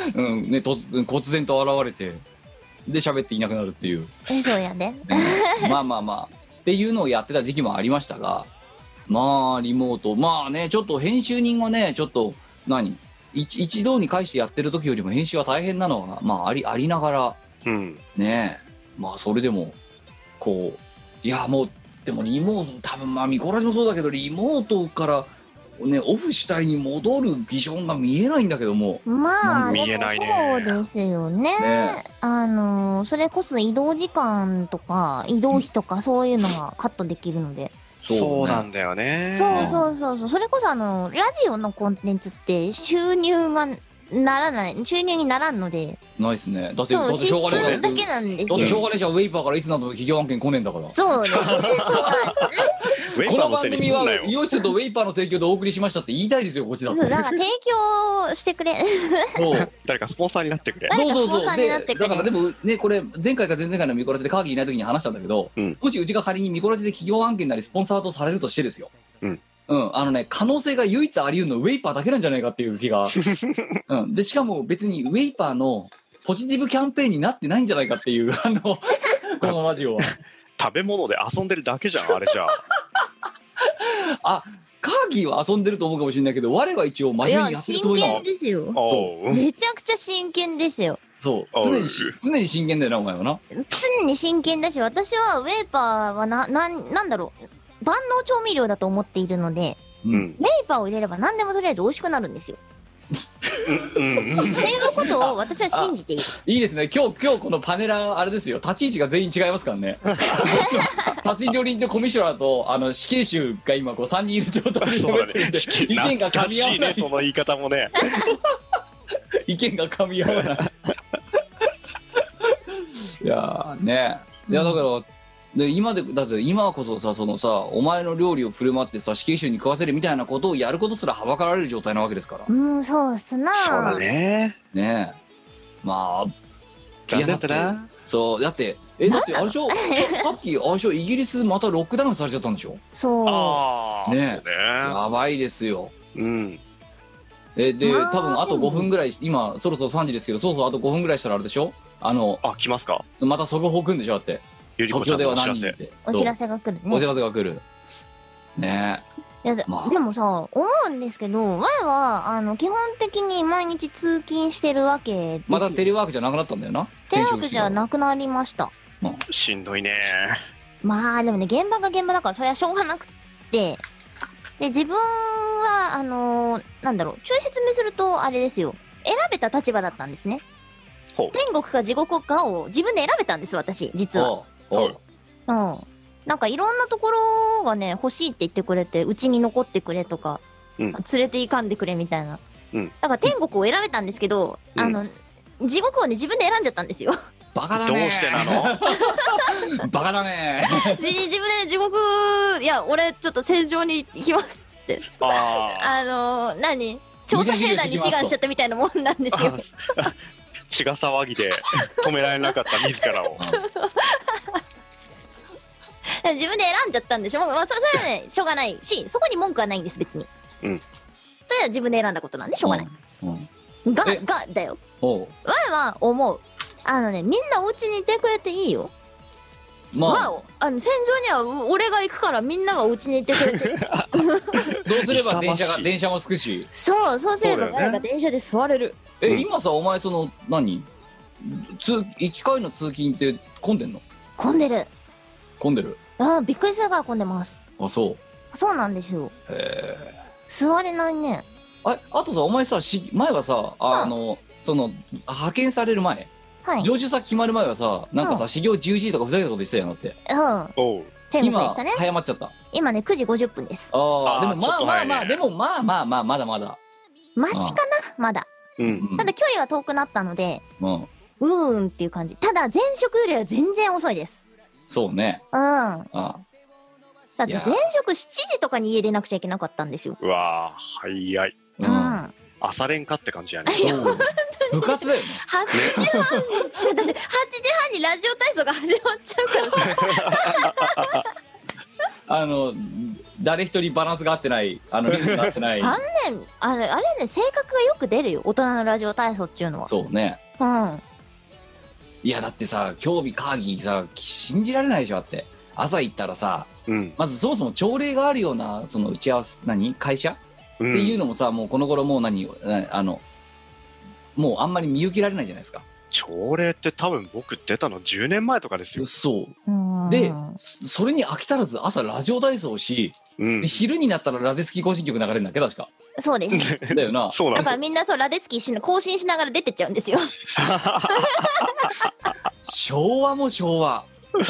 うんね、忽然と現れてで喋っていなくなるっていう、 そうやね。 まあまあまあっていうのをやってた時期もありましたが、まあリモートまあねちょっと編集人はねちょっと一堂に会してやってる時よりも編集は大変なのがまあありながら、 うん、 ねまあそれでもこういやもうでもリモート多分まあミコラジもそうだけどリモートからねオフ主体に戻るビジョンが見えないんだけども、 まあ見えないね。 そうですよね。 ねそれこそ移動時間とか移動費とかそういうのがカットできるので。 そうなんだよね。 そう。それこそラジオのコンテンツって収入にならんので。 ないっすね。だってしそう、支ょうがねえ出だけなんですよ。 だってしょうがねえじゃんウェイパーからいつなど企業案件来ねえんだから。 そうね。しょうがないですね。 この番組はイオシスとウェイパーの提供でお送りしましたって言いたいですよこっちだって。 そうだから提供してくれ。 そう誰かスポンサーになってくれ。 そうでだからでもねこれ前回か前々回のミコラジでカーギーいない時に話したんだけど、もしうちが仮にミコラジで企業案件なりスポンサーとされるとしてですよ。可能性が唯一あり得るのウェイパーだけなんじゃないかっていう気が、でしかも別にウェイパーのポジティブキャンペーンになってないんじゃないかっていうこのラジオは食べ物で遊んでるだけじゃんあれじゃあカーギーは遊んでると思うかもしれないけど我は一応真面目にやってるつもりなの。 真剣ですよ。 そうめちゃくちゃ真剣ですよ。 そう常に真剣だよなお前はな。 常に真剣だし私はウェイパーはなんだろう万能調味料だと思っているので、ウェイパーを入れれば何でもとりあえず美味しくなるんですよ。っていうことを私は信じている。 いいですね。今日このパネラーあれですよ。立ち位置が全員違いますからね。殺人料理人とコミッショナーと死刑囚が今こう3人いる状態で喋ってるんで、意見が噛み合わない。 その言い方もね。 意見が噛み合わない。いやね。いやだからだって今こそさそのさお前の料理を振る舞ってさ死刑囚に食わせるみたいなことをやることすらはばかられる状態なわけですから。 そうっすな。 そうだね。 ねえまあ残念だな。 そうだってあれでしょさっきあれでしょイギリスまたロックダウンされちゃったんでしょ。 そうねやばいですよ。で多分あと5分ぐらい今そろそろ3時ですけどそうあと5分ぐらいしたらあれでしょ来ますか。 また速報くんでしょだって。 東京では何人ってお知らせが来るね。 お知らせが来るねえ。でもさ思うんですけど前は基本的に毎日通勤してるわけですよ。 またテレワークじゃなくなったんだよな。 テレワークじゃなくなりました。 しんどいね。 まあでもね現場が現場だからそれはしょうがなくってで自分はなんだろう抽説明するとあれですよ選べた立場だったんですね。天国か地獄かを自分で選べたんです私実は。なんかいろんなところがね欲しいって言ってくれてうちに残ってくれとか、連れて行かんでくれみたいな、だから天国を選べたんですけど、地獄をね自分で選んじゃったんですよ。 バカだね。 どうしてなの？ バカだね。 自分で地獄いや俺ちょっと戦場に行きますっつって調査兵団に志願しちゃったみたいなもんなんですよ。 血が騒ぎで止められなかった自らを自分で選んじゃったんでしょ。それはねしょうがないしそこに文句はないんです別に。それは自分で選んだことなんでしょうがない。がだよ。我は思うみんなお家にいてくれていいよ。戦場には俺が行くからみんながお家にいてくれてそうすれば電車もつくしそうすれば誰か電車で座れる。 今さお前その行き帰りの通勤って混んでんの？混んでる。びっくりしたから混んでます。そうなんですよ。座れないね。 あとさお前さ前はさその派遣される前常駐先決まる前はさなんかさ始業11時とかふざけたこと言ってたよなって。今早まっちゃった。 今ね9時50分です。 でもまあまだまだマシかなまだ。ただ距離は遠くなったのでっていう感じ。ただ前職よりは全然遅いです。 そうね。 だって前職7時とかに家出なくちゃいけなかったんですよ。 うわ早い。朝練かって感じやね。 部活だよね。 8時半だって8時半にラジオ体操が始まっちゃうからさ誰一人バランスが合ってない、リズムが合ってない。 あれね、性格がよく出るよ、大人のラジオ体操っていうのは。 そうね。 うん。 いやだってさ、競技カーギーさ、信じられないでしょ。だって朝行ったらさ、まずそもそも朝礼があるようなその打ち合わせ会社、っていうのもさ、もうこの頃もうもうあんまり見受けられないじゃないですか。 朝礼って多分僕出たの10年前とかですよ。 そうで、それに飽き足らず朝ラジオ体操をし、昼になったらラデツキー行進曲流れるんだっけ確か。 そうですだよな。 そうなんです。 だからみんなそうラデツキー更新しながら出てっちゃうんですよ。 昭和も昭和。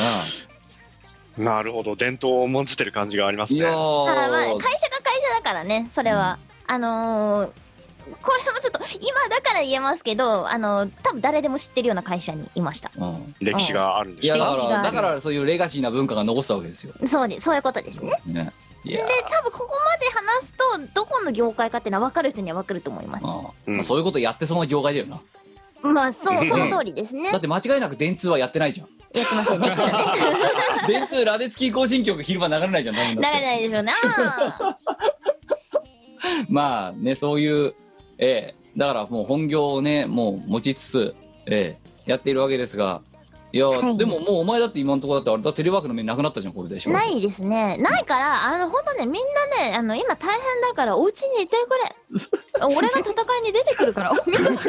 なるほど、伝統を重んじてる感じがありますね。 いやまあ会社が会社だからね、それは、これもちょっと今だから言えますけど、多分誰でも知ってるような会社にいました。 歴史があるんですね。 いやだからそういうレガシーな文化が残ったわけですよ。 そういうことですね。で多分ここまで話すとどこの業界かっていうのは分かる人には分かると思います。 まあ、そういうことやってそうな業界だよな。 まあその通りですね。 だって間違いなく電通はやってないじゃん。 やってませんね。 電通ラデツキー行進曲昼間流れないじゃん。 流れないでしょうな。 まあね、そういうだからもう本業をねもう持ちつつやっているわけですが、いや、でももうお前だって今のところだってあれだテレワークの面なくなったじゃんこれでしょ。 ないですね。ないから本当ね、みんなね今大変だからお家にいてくれ。俺が戦いに出てくるから。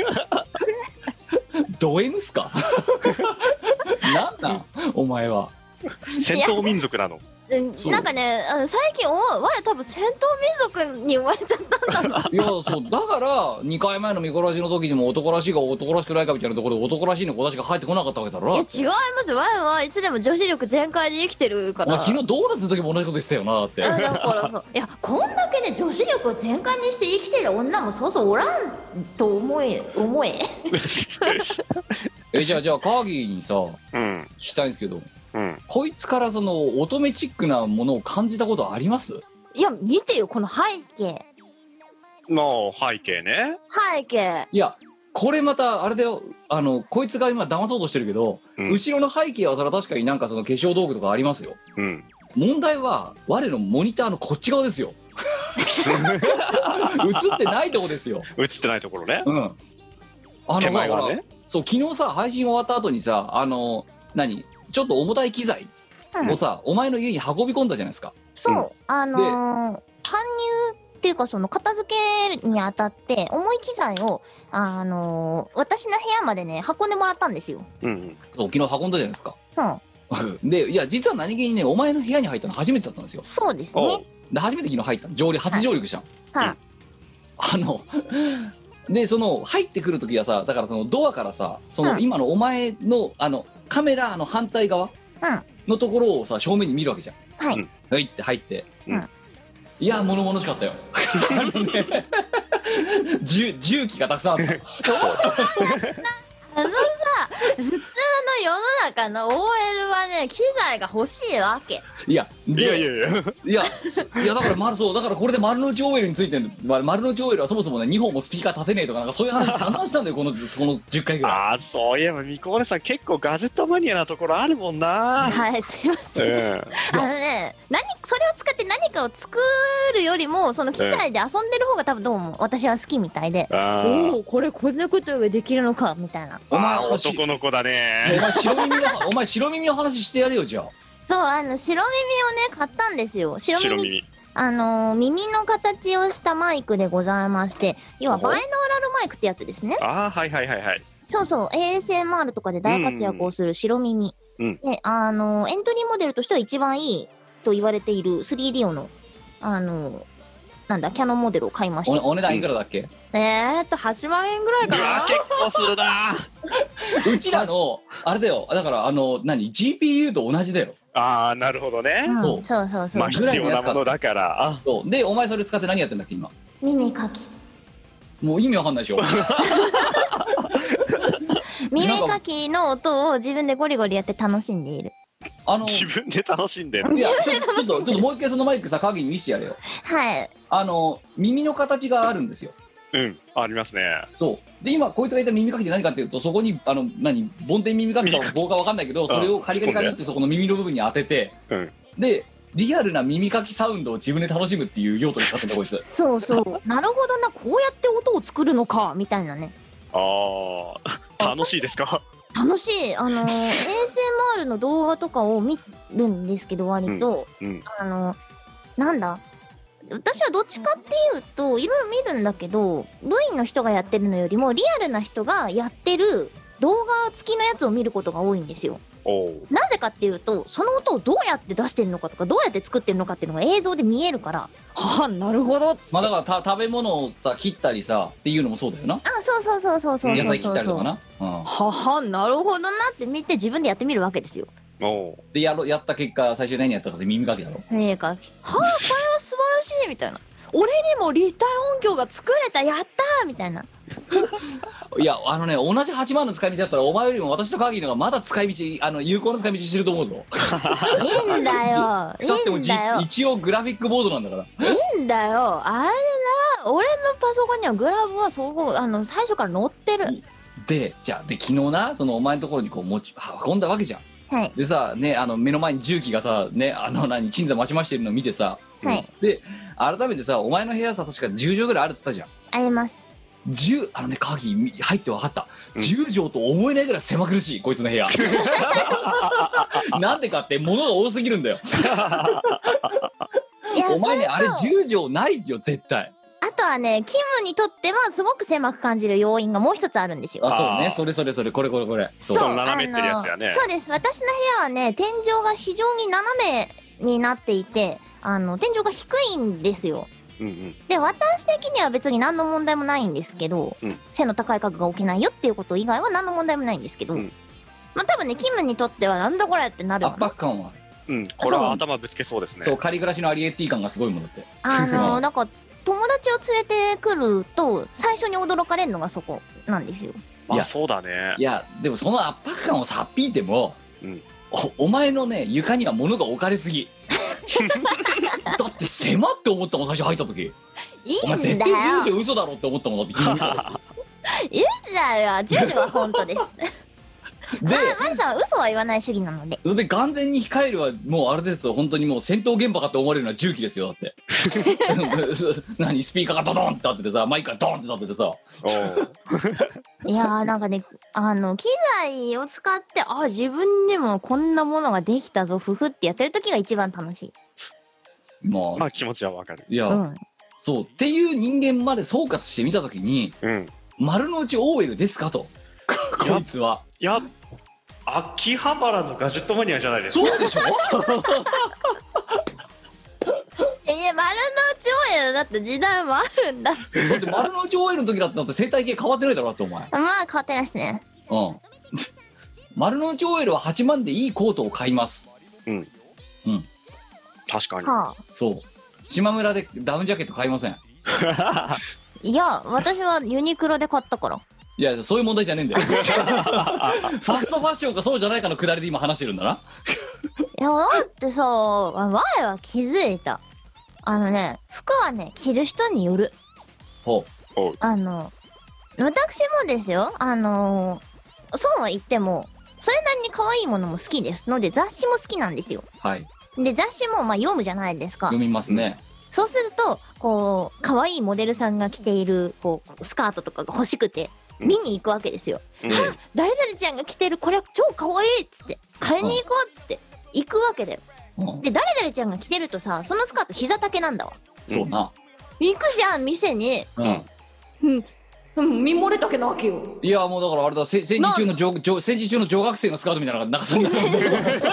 ド M っすか。なんなんお前は。 戦闘民族なの。 なんかね、最近我多分戦闘民族に生まれちゃったんだ。 いやそうだから2回前のミコラジの時にも男らしいか男らしくないかみたいなところで男らしいの子たちが入ってこなかったわけだろ。 いや違います。我はいつでも女子力全開で生きてるから。 昨日ドーナツの時も同じこと言ってたよな。だってだからそう、いやこんだけね女子力を全開にして生きてる女もそうそうおらんと思え。 じゃあカーギーにさ、聞きたいんですけど、こいつからその乙女チックなものを感じたことあります？ いや見てよこの背景。 の背景ね。 背景。 いやこれまたあれだよ、こいつが今騙そうとしてるけど、後ろの背景はそれは確かになんかその化粧道具とかありますよ。問題は我のモニターのこっち側ですよ。映ってないとこですよ。 映ってないところね。 手前はね。そう昨日さ配信終わった後にさちょっと重たい機材をさ、お前の家に運び込んだじゃないですか。 そう搬入っていうかその片付けにあたって重い機材を私の部屋までね運んでもらったんですよ。 昨日運んだじゃないですか。でいや実は何気にねお前の部屋に入ったの初めてだったんですよ。 そうですね。 で初めて昨日入ったの初上陸したの。でその入ってくる時はさ、だからそのドアからさその今のお前のカメラの反対側のところをさ正面に見るわけじゃん。はいって入って、いや物々しかったよ。重機がたくさんあった。 普通の世の中の OL はね機材が欲しいわけ。 いやだからそうだからこれで丸の内 OL についてる。丸の内 OL はそもそもね2本もスピーカー足せねえとかなんかそういう話散々したんだよこの10回ぐらい。 そういえばみこねさん結構ガジェットマニアなところあるもんな。 はいすいません。それを使って何かを作るよりもその機材で遊んでる方が多分どうも私は好きみたいで、これこんなことができるのかみたいな。 お前男の子だね。 お前白耳の話してやれよじゃあ。 そう白耳をね買ったんですよ。白耳耳の形をしたマイクでございまして、要はバイノーラルマイクってやつですね。 はい。 そう ASMR とかで大活躍をする白耳で、エントリーモデルとしては一番いいと言われている 3D 用のキャノンモデルを買いました。 お値段いくらだっけ ？8万円ぐらいかな。 結構するな。 うちらのあれだよ、だからGPU と同じだよ。 なるほどね。 そうまあ必要なものだから。 でお前それ使って何やってんだっけ今？ 耳かき。 もう意味わかんないでしょ。 耳かきの音を自分でゴリゴリやって楽しんでいる。 自分で楽しんでる。 いやちょっともう一回そのマイクさ影に見せてやれよ。 はい。 耳の形があるんですよ。 ありますね。 そうで今こいつが言った耳かきって何かっていうと、そこに梵天耳かきか棒か分かんないけどそれをカリカリカリってそこの耳の部分に当てて、でリアルな耳かきサウンドを自分で楽しむっていう用途に使ってんだこいつ。 そうそうなるほどな、こうやって音を作るのかみたいなね。 楽しいですか？ 楽しい。ASMR の動画とかを見るんですけど、割と、なんだ、私はどっちかっていうといろいろ見るんだけど、部員の人がやってるのよりもリアルな人がやってる動画付きのやつを見ることが多いんですよ。なぜかっていうと、その音をどうやって出してるのかとか、どうやって作ってるのかっていうのが映像で見えるから、はあ、なるほどっつって。 まあだから食べ物をさ切ったりさっていうのもそうだよな。 そう野菜切ったりとかな。 はは、なるほどなって見て自分でやってみるわけですよ。 でやった結果最初何やったかって耳かきだろ。 はあ、これは素晴らしいみたいな。俺にも立体音響が作れた、やったーみたいな。 いや同じ8万の使い道だったらお前よりも私とカギのがまだ使い道有効な使い道してると思うぞ。 いいんだよ腐っても一応グラフィックボードなんだから。 いいんだよ、あれな、俺のパソコンにはグラブは最初から載ってる。 で昨日な、そのお前のところにこう運んだわけじゃん。 はい。 でさね、目の前に重機がさね、鎮座待ちましてるのを見てさ、 はい。 で改めてさ、お前の部屋さ確か10畳ぐらいあるって言ったじゃん。 あります。 鍵入って分かった、10畳と思えないぐらい狭苦しいこいつの部屋。なんでかって物が多すぎるんだよ。お前ね、あれ10畳ないよ絶対。 あとはね、キムにとってはすごく狭く感じる要因がもう一つあるんですよ。 そうね、それこれそう斜めってるやつやね。 そうです。私の部屋はね、天井が非常に斜めになっていて、天井が低いんですよ。で、私的には別に何の問題もないんですけど、背の高い家具が置けないよっていうこと以外は何の問題もないんですけど、まあ多分ね、キムにとってはなんだこれってなる圧迫感は、 これは頭ぶつけそうですね。 そう、仮暮らしのアリエッティ感がすごいもんだって。 なんか友達を連れてくると最初に驚かれるのがそこなんですよ。 そうだね。 いやでもその圧迫感をさっぴいても、お前のね床には物が置かれすぎ。だって狭って思ったもん最初入った時。 いいんだよ。 お前絶対10畳嘘だろって思ったもんだって聞いた時。 いいんだよ、10畳は本当です。で、マリさんは嘘は言わない主義なので。 で完全に控えるはもうあれですよ、本当にもう戦闘現場かと思われるような重機ですよだって。何スピーカーがドドンってあっててさ、マイクがドンってなっててさ。 いやーなんかね、機材を使って自分でもこんなものができたぞふふってやってる時が一番楽しい。 まあ気持ちはわかる。 いや、そうっていう人間まで総括してみた時に、丸の内 OL ですかと。こいつは。 いや、秋葉原のガジェットマニアじゃないですか。 そうでしょ。 いや、丸の内 OL だって時代もあるんだ。 だって丸の内 OL の時だって生態系変わってないだろってお前。 まあ変わってないですね。 丸の内 OL は8万でいいコートを買います。 確かに。 そう。島村でダウンジャケット買いません。 いや、私はユニクロで買ったから。 いや、そういう問題じゃねえんだよ。ファストファッションかそうじゃないかのくだりで今話してるんだな。 いや、だってさ、前は気づいた。服はね、着る人による。私もですよ、そうは言っても、それなりに可愛いものも好きですので、雑誌も好きなんですよ。 はい。 で、雑誌も読むじゃないですか。 読みますね。 そうすると、こう、可愛いモデルさんが着ている、こう、スカートとかが欲しくて、見に行くわけですよ。誰々ちゃんが着てるこれ超可愛いっつって、買いに行こうっつって、行くわけだよ。で、誰々ちゃんが着てるとさ、そのスカート膝丈なんだわ。 そうな。 行くじゃん、店に。見漏れ丈なわけよ。 いや、もうだからあれだ、戦時中の女学生のスカートみたいな長さになってる。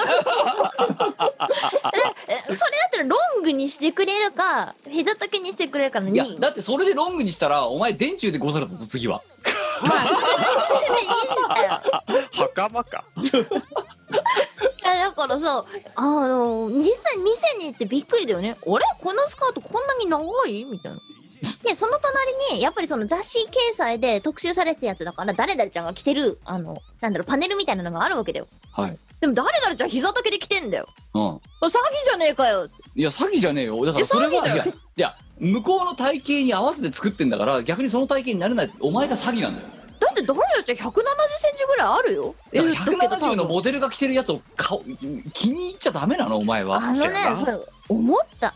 それだったらロングにしてくれるか膝丈にしてくれるかの2。いやだってそれでロングにしたらお前電柱でござるだと次は。 まあそれはそれでいいんだよ。 袴か。 いやだからさ、実際店に行ってびっくりだよね。あれこのスカートこんなに長いみたいな。でその隣にやっぱりその雑誌掲載で特集されてたやつだから、誰々ちゃんが着てるパネルみたいなのがあるわけだよ。 はい。 でも誰々ちゃん膝丈で着てんだよ。詐欺じゃねえかよ。 いや詐欺じゃねえよ。だからそれは向こうの体型に合わせて作ってんだから、逆にその体型になれないお前が詐欺なんだよ。 だって誰だっちゃ170センチぐらいあるよ。 だから170のモデルが着てるやつを気に入っちゃダメなのお前は。 それ思った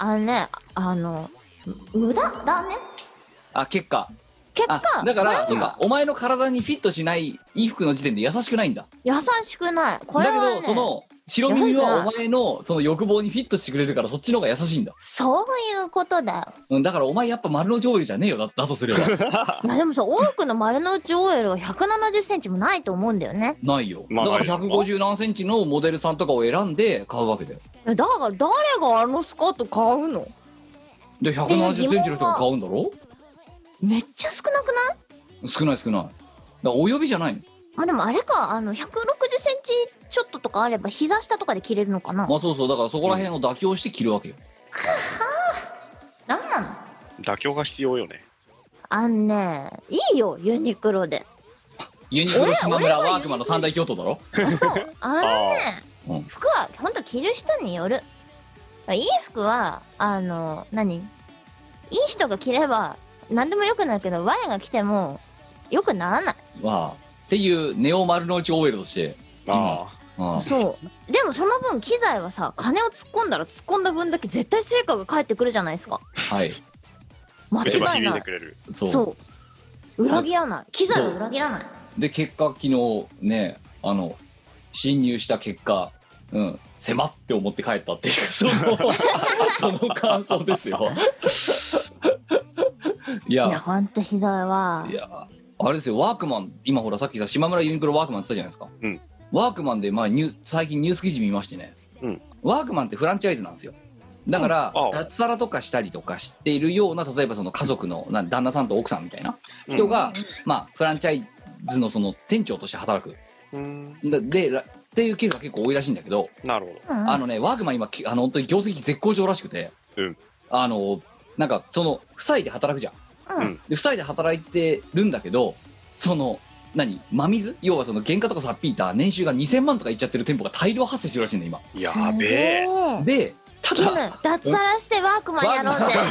無駄だね。 結果だからそうか、お前の体にフィットしない衣服の時点で優しくないんだ。 優しくない。これは、ね、 だけどその白耳はお前のその欲望にフィットしてくれるからそっちの方が優しいんだ。 そういうことだよ。だからお前やっぱ丸の内 OL じゃねえよ。だとすればでもさ、多くの丸の内 OL は170センチもないと思うんだよね。 ないよ。だから150何センチのモデルさんとかを選んで買うわけだよ。 だから誰があのスカート買うので170センチの人が買うんだろ。 めっちゃ少なくない？ 少ない。だからお呼びじゃないの。 でもあれか、160センチちょっととかあれば膝下とかで着れるのかな。 そうだからそこら辺を妥協して着るわけよ。 なんなの？ 妥協が必要よね。 いいよユニクロで。 ユニクロ、島村、ワークマンの三大巨頭だろ。 そう服はほんと着る人による。いい服はいい人が着れば何でもよくなるけど、我が着てもよくならない。 っていうネオ丸の内 OL として。 そうでもその分機材はさ、金を突っ込んだら突っ込んだ分だけ絶対成果が返ってくるじゃないですか。間違いない。そう裏切らない。機材は裏切らない。 で結果昨日ね侵入した結果狭って思って帰ったっていうその感想ですよ。いやほんとひどいわ。 いやあれですよ、ワークマン今ほらさっきさ島村ユニクロワークマンって言ったじゃないですか。ワークマンで最近ニュース記事見ましてね、ワークマンってフランチャイズなんですよ。だから脱サラとかしたりとかしているような、例えばその家族の旦那さんと奥さんみたいな人がフランチャイズのその店長として働くでっていうケースが結構多いらしいんだけど。 なるほど。 ワークマン今本当に業績絶好調らしくて、なんかその夫妻で働くじゃん。で夫妻で働いてるんだけど、その真水、要はその原価とかさっぴいた年収が2000万とかいっちゃってる店舗が大量発生してるらしいんだ今。 やべえ。 でただ脱サラしてワークマンやろうぜ。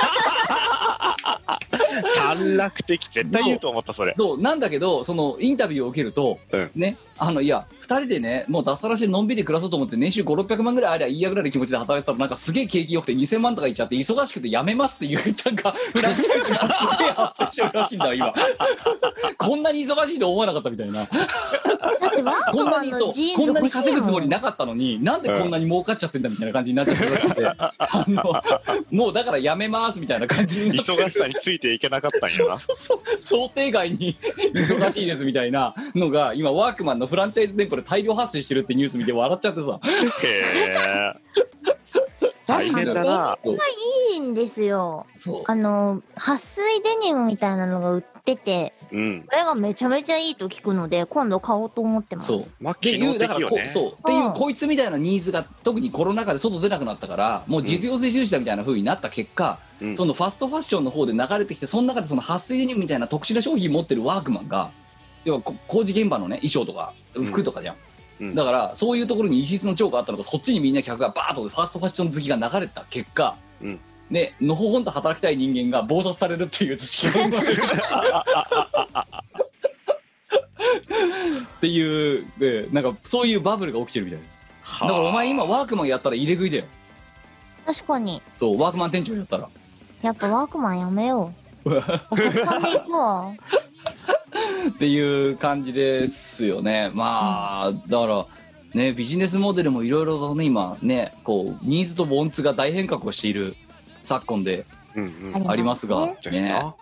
短絡的、絶対言うと思ったそれ。 そうなんだけど、そのインタビューを受けると、ねいや2人でねもう脱サラしてのんびり暮らそうと思って年収500-600万ぐらいありゃいいやぐらいの気持ちで働いてたら、なんかすげえ景気よくて2000万とかいっちゃって忙しくて辞めますっていうなんかフランチャイズがすげえ発生してるらしいんだ今。こんなに忙しいと思わなかったみたいな。 だってワークマンのジーンズ欲しいもん。 こんなに稼ぐつもりなかったのになんでこんなに儲かっちゃってんだみたいな感じになっちゃってるらしくて、もうだから辞めますみたいな感じになって忙しさについていけなかったんやな。 そう想定外に忙しいですみたいなのが今ワークマンのフランチャイズ店舗で大量発生してるってニュース見て笑っちゃってさ。 へ大変だな。 それがいいんですよ。撥水デニムみたいなのが売ってて、これがめちゃめちゃいいと聞くので今度買おうと思ってます。 っていうだからこいつみたいなニーズが特にコロナ禍で外出なくなったから、もう実用性重視だみたいな風になった結果、そのファストファッションの方で流れてきて、その中でその撥水デニムみたいな特殊な商品持ってるワークマンが、要は工事現場のね衣装とか服とかじゃん。だからそういうところに異質の超があったのか、そっちにみんな客がバーッとファーストファッション好きが流れた結果、ねのほほんと働きたい人間が暴殺されるっていう図式が生まれるっていうなんかそういうバブルが起きてるみたいな。だからお前今ワークマンやったら入れ食いだよ。 確かに。 そうワークマン店長やったらやっぱワークマンやめよう。お客さんで行くわ。 っていう感じですよね。だからねビジネスモデルもいろいろとね今ねこうニーズとウォンツが大変革をしている昨今でありますがね。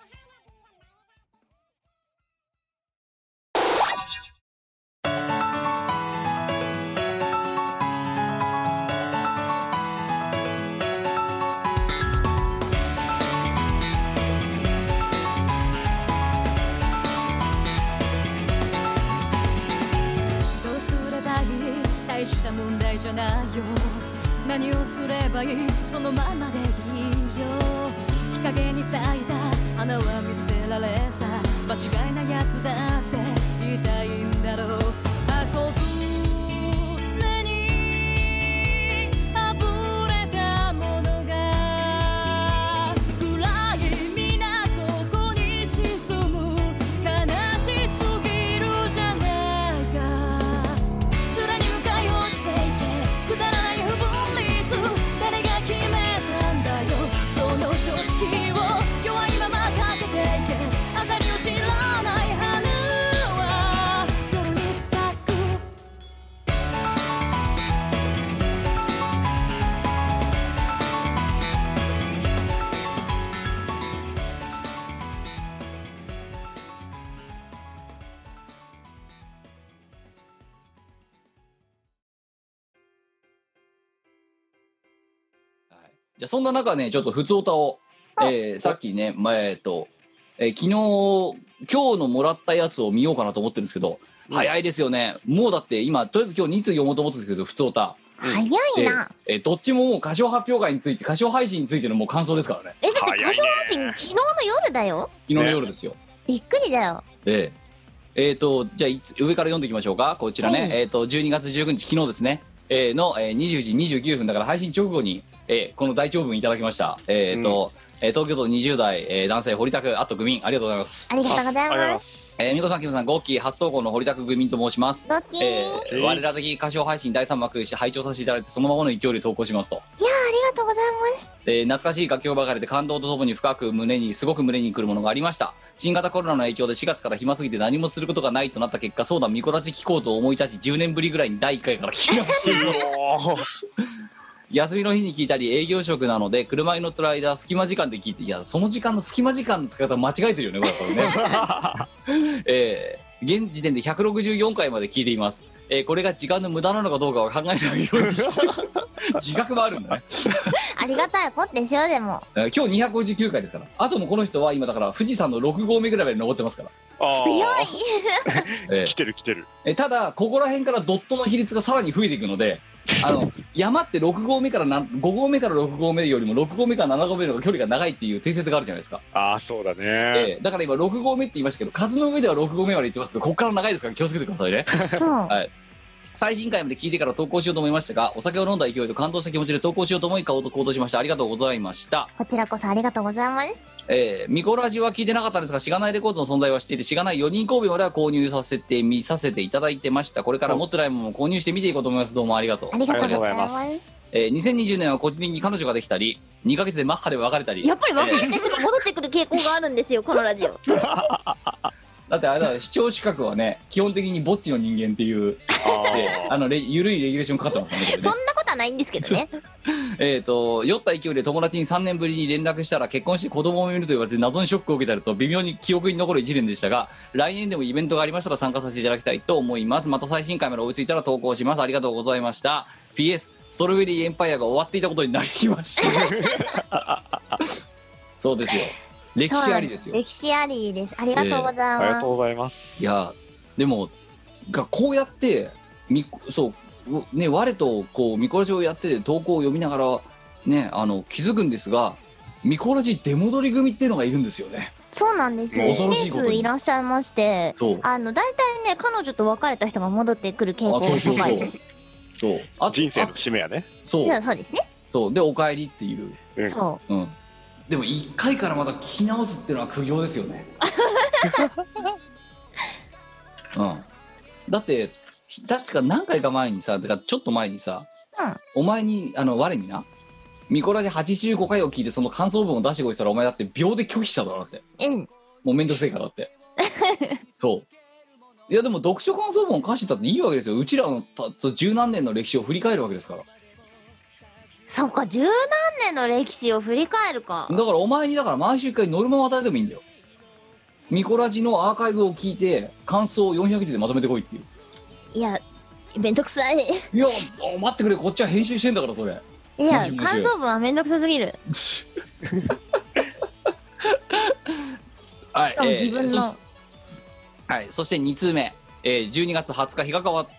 大した問題じゃないよ。何をすればいい、そのままでいいよ。日陰に咲いた花は見捨てられた、間違いなやつだって言いたいんだろう。運ぶ船にあぶれたものが暗い港に沈む悲しすじゃあそんな中ねちょっとふつおたを、さっきね昨日今日のもらったやつを見ようかなと思ってるんですけど、早いですよね。もうだって今とりあえず今日2通読もうと思ってるんですけど、ふつおた早いな。 どっちももう歌唱発表会について歌唱配信についてのもう感想ですからね。 だって歌唱配信昨日の夜だよ。 昨日の夜ですよ。 びっくりだよ。 じゃあ上から読んでいきましょうか。こちらね、12月19日昨日ですね、の、20時29分だから配信直後に、この大長文いただきました。東京都20代、男性堀田区グミン、ありがとうございます。 ありがとうございます。 みこさん、キムさん、ゴッキー初投稿の堀田区グミンと申します。 ゴッキー、 我ら的歌唱配信第3幕拝聴させていただいて、そのままの勢いで投稿しますと。 いやありがとうございます。 懐かしい楽曲ばかりで感動とともにすごく胸にくるものがありました。新型コロナの影響で4月から暇すぎて何もすることがないとなった結果、そうだミコラジ聞こうと思い立ち10年ぶりぐらいに第1回から聞き直しています。休みの日に聞いたり営業職なので車に乗ってる間隙間時間で聞いて、いやその時間の隙間時間の使い方間違えてるよねこれね。現時点で164回まで聞いています。これが時間の無駄なのかどうかは考えないようにして自覚もあるんだね。 ありがたいことでしょ。でも今日259回ですから、あともこの人は今だから富士山の6合目ぐらいまで登ってますから。 強い。来てる。 ただここら辺からドットの比率がさらに増えていくので、山って6合目から5合目から6合目よりも6合目から7合目の方が距離が長いっていう定説があるじゃないですか。 ああそうだね。 だから今6合目って言いましたけど、数の上では6合目まで行ってますけど、ここから長いですから気をつけてくださいね。はい。最新回まで聞いてから投稿しようと思いましたが、お酒を飲んだ勢いと感動した気持ちで投稿しようと思い行動しました。ありがとうございました。 こちらこそありがとうございます。 ミコラジは聞いてなかったんですが、しがないレコードの存在は知っていて、しがない4人神戸までは購入見させていただいてました。これから持ってないものも購入して見ていこうと思います。どうもありがとう。 ありがとうございます。 2020年は個人的に彼女ができたり、2ヶ月でマッハで別れたり、 やっぱり別れた人が戻ってくる傾向があるんですよこのラジオ。 だってあれだ、視聴資格はね基本的にぼっちの人間っていうゆるいレギュレーションかかってますね。 そんなことはないんですけどね。 酔った勢いで友達に3年ぶりに連絡したら結婚して子供を産めると言われて謎にショックを受けたりと微妙に記憶に残る1年でしたが、来年でもイベントがありましたら参加させていただきたいと思います。また最新回まで追いついたら投稿します。ありがとうございました。 PS ストロベリーエンパイアが終わっていたことになりましたそうですよ、歴史ありですよ。 歴史ありです。ありがとうございます。 ありがとうございます。 いやでもこうやってそうね、我とこうミコラジをやってて投稿を読みながらね気づくんですが、ミコラジ出戻り組っていうのがいるんですよね。 そうなんですよ。 恐ろしいことにいらっしゃいまして、 そう大体ね彼女と別れた人が戻ってくる傾向が高いです。 そう人生の節目やね。 そうですね。 そうでお帰りっていう、 そう、 でも1回からまた聞き直すっていうのは苦行ですよね。だって確か何回か前にさ、だからちょっと前にさ、お前に我になミコラジ85回を聞いてその感想文を出してこいしたらお前だって秒で拒否しただろって。もうめんどくせえからってそういやでも読書感想文を貸してたっていいわけですよ。うちらの十何年の歴史を振り返るわけですから。 そっか、十何年の歴史を振り返るか。 だからお前に毎週1回ノルマを与えてもいいんだよ。ミコラジのアーカイブを聞いて感想を400字でまとめてこいっていう。 いやめんどくさい。 いや待ってくれ、こっちは編集してんだからそれ。 いや感想文はめんどくさすぎるしかも自分のそして2通目、12月20日日が変わって、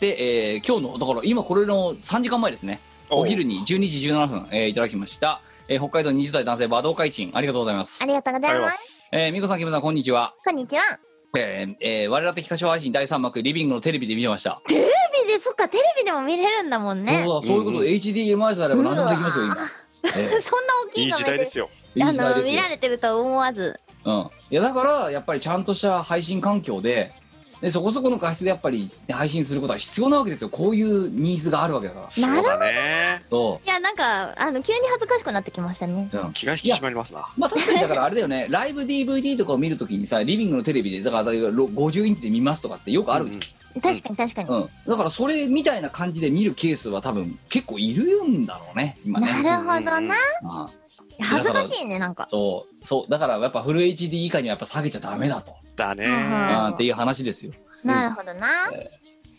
今日のだから今これの3時間前ですね、お昼に12時17分、いただきました、北海道20代男性和道会賃、ありがとうございます。 ありがとうございます。 みこさんキムさんこんにちは。 こんにちは。 我ら的歌唱配信第3幕リビングのテレビで見てました。 テレビで、そっかテレビでも見れるんだもんね。 そういうこと、HDMI さえあれば何でもできますよ今。 そんな大きい画面で見られてるとは思わず。 いやだからやっぱりちゃんとした配信環境でそこそこの画質でやっぱり配信することは必要なわけですよ。こういうニーズがあるわけだから。 なるほどね。 そういやなんか急に恥ずかしくなってきましたね。 気が引き締まりますな。 まあ確かにだからあれだよねライブ DVD とかを見るときにさリビングのテレビでだから50インチで見ますとかってよくあるじゃん。 確かに確かに、 だからそれみたいな感じで見るケースは多分結構いるんだろうね今ね。 なるほどな、恥ずかしいねなんか。 そうだからやっぱフル HD 以下にはやっぱ下げちゃダメだとだねっていう話ですよ。 なるほどな。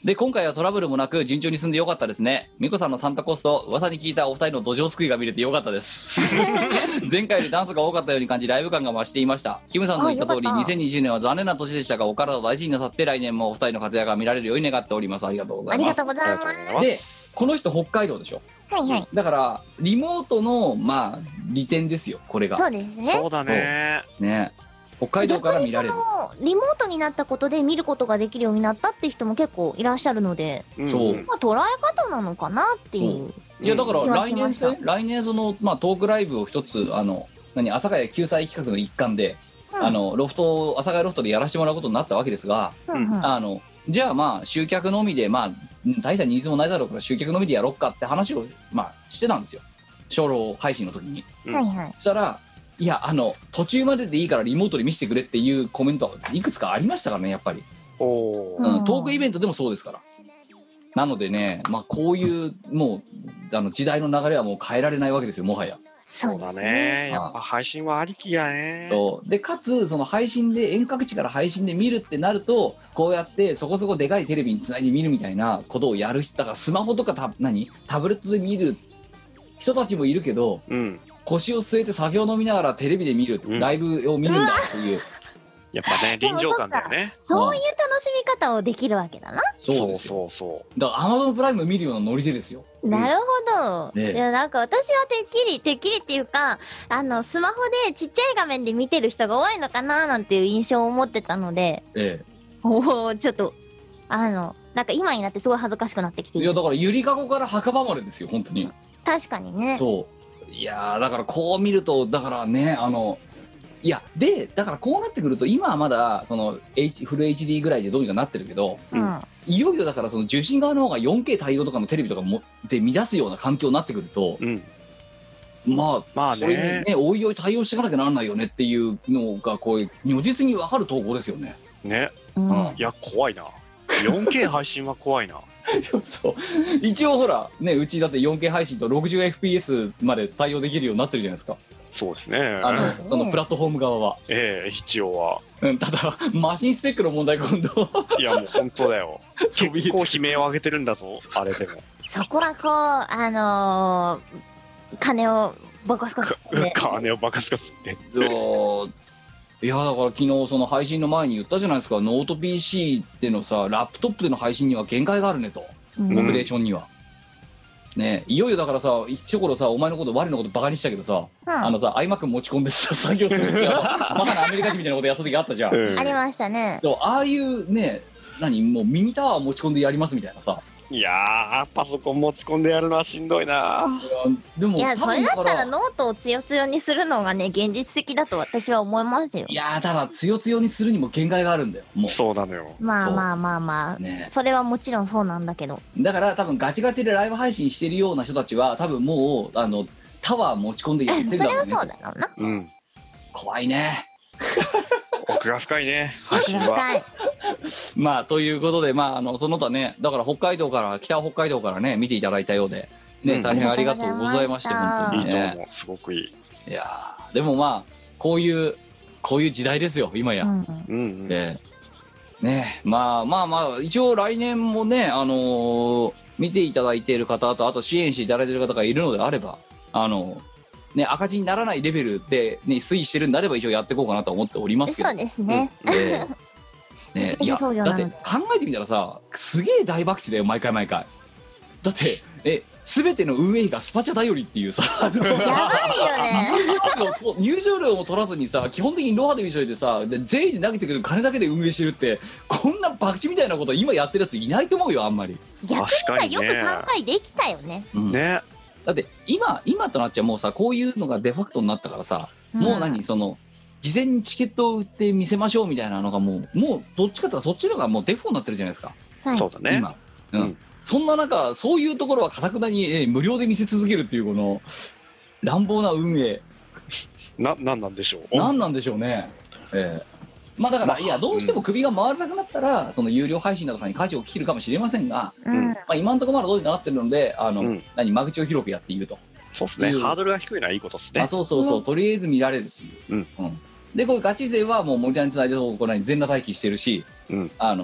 で今回はトラブルもなく順調に進んでよかったですね。美子さんのサンタコスト、噂に聞いたお二人の土壌すくいが見れてよかったです前回よりダンスが多かったように感じ、ライブ感が増していました。キムさんの言った通り2020年は残念な年でしたが、お体を大事になさって、来年もお二人の活躍が見られるように願っております。ありがとうございます。 ありがとうございます。 でこの人北海道でしょ。 はいはい。 だからリモートのまあ利点ですよ、これが。 そうですね。 そうだね。 ね、北海道から見られる。 逆にそのリモートになったことで見ることができるようになったっていう人も結構いらっしゃるので、 そう、 まあ捉え方なのかなっていう。 いやだから来年うん来年そのまあトークライブを一つ阿佐ヶ谷救済企画の一環で、ロフト阿佐ヶ谷ロフトでやらせてもらうことになったわけですが、じゃあまあ集客のみでまあ大したニーズもないだろうから集客のみでやろっかって話をまあしてたんですよ、初老配信の時に。 はいはい。 そしたらいや途中まででいいからリモートで見せてくれっていうコメントはいくつかありましたからね、やっぱり。トークイベントでもそうですから。なのでね、まあこういうもう時代の流れはもう変えられないわけですよ、もはや。 そうだね。やっぱ配信はありきやね。 そうで、かつその配信で遠隔地から配信で見るってなると、こうやってそこそこでかいテレビにつないで見るみたいなことをやる人だから、スマホとかタブレットで見る人たちもいるけど、腰を据えて酒を飲みながらテレビで見る、ライブを見るんだっていう、 やっぱね、臨場感だよね。 そういう楽しみ方をできるわけだな。 そうですよ。だから Amazon プライム見るようなノリでですよ。 なるほど。いやなんか私はてっきりっていうか、スマホでちっちゃい画面で見てる人が多いのかななんていう印象を持ってたので、おお、ちょっとなんか今になってすごい恥ずかしくなってきている。 いやだからゆりかごから墓場までですよ、本当に。 確かにね。 そういやだからこう見ると、だからねいやでだからこうなってくると、今はまだそのフル HD ぐらいでどうにかなってるけど、いよいよだからその受信側の方が 4K 対応とかのテレビとかもで見出すような環境になってくると、まあそれにねおいおい対応していかなきゃならないよねっていうのがこういう如実に分かる投稿ですよね。 ね、いや怖いな。4K 配信は怖いな。 そう一応ほらね、うちだって 4K 配信と 60fps まで対応できるようになってるじゃないですか。 そうですね。 そのプラットフォーム側は。 一応は。 ただマシンスペックの問題今度。 いやもう本当だよ。結構悲鳴を上げてるんだぞ、あれでも。 そこはこう金をバカスカスって。 金をバカスカスって。 いやだから昨日その配信の前に言ったじゃないですか、ノート PC でのさラップトップでの配信には限界があるねと、オペレーションには。ね、いよいよだからさ、一頃さ、お前のこと我のことバカにしたけどさ、iMac 持ち込んでさ作業するってバカなアメリカ人みたいなことやった時あったじゃん。 ありましたね。 ああいうね、もうミニタワー持ち込んでやりますみたいなさ。 いやパソコン持ち込んでやるのはしんどいな。 でもいやそれだったらノートをつよつよにするのがね現実的だと私は思いますよ。 いやただつよつよにするにも限界があるんだよ。もうそうなのよ。 まあ、ね、それはもちろんそうなんだけど、 だから多分ガチガチでライブ配信してるような人たちは多分もうタワー持ち込んでやってるだろうね。 それはそうだろうな。 怖いね。 奥が深いね、配信は。 まあということで、まあその他ね、だから北海道から北海道からね見ていただいたようでね、大変ありがとうございまして、本当にね。 いいと思う、すごくいい。 いやでもまあこういう時代ですよ今や。ねまあ一応来年もね見ていただいている方とあと支援していただいている方がいるのであればね、赤字にならないレベルで、ね、推移してるんであれば一応やっていこうかなと思っておりますけど。 そうですね。 ね、いやだって考えてみたらさ、すげえ大博打だよ毎回。だって全ての運営費がスパチャ頼りっていうさ、 やばいよね。 入場料も取らずにさ、基本的にロハで見せてさ、で全員で投げてくる金だけで運営してるって、こんな博打みたいなこと今やってるやついないと思うよ、あんまり。 逆にさ、よく参加できたよね。 ね。 だって今となっちゃもうさ、こういうのがデファクトになったからさ、もうその事前にチケットを売って見せましょうみたいなのがもうどっちかっていうとそっちのがもうデフォになってるじゃないですか。 そうだね。 今、そんな中そういうところは堅くなに、無料で見せ続けるっていうこの乱暴な運営なんなんでしょう。 なんなんでしょうね。まあだからいやどうしても首が回らなくなったらその有料配信だとかに舵を切るかもしれませんが、まあ今のところまだどうにかなってるので間口を広くやっていると。 そうですね。ハードルが低いのはいいことですね。 そうとりあえず見られるっていう。でこういうガチ勢はもうモニターにつないでここらに全裸待機してるし、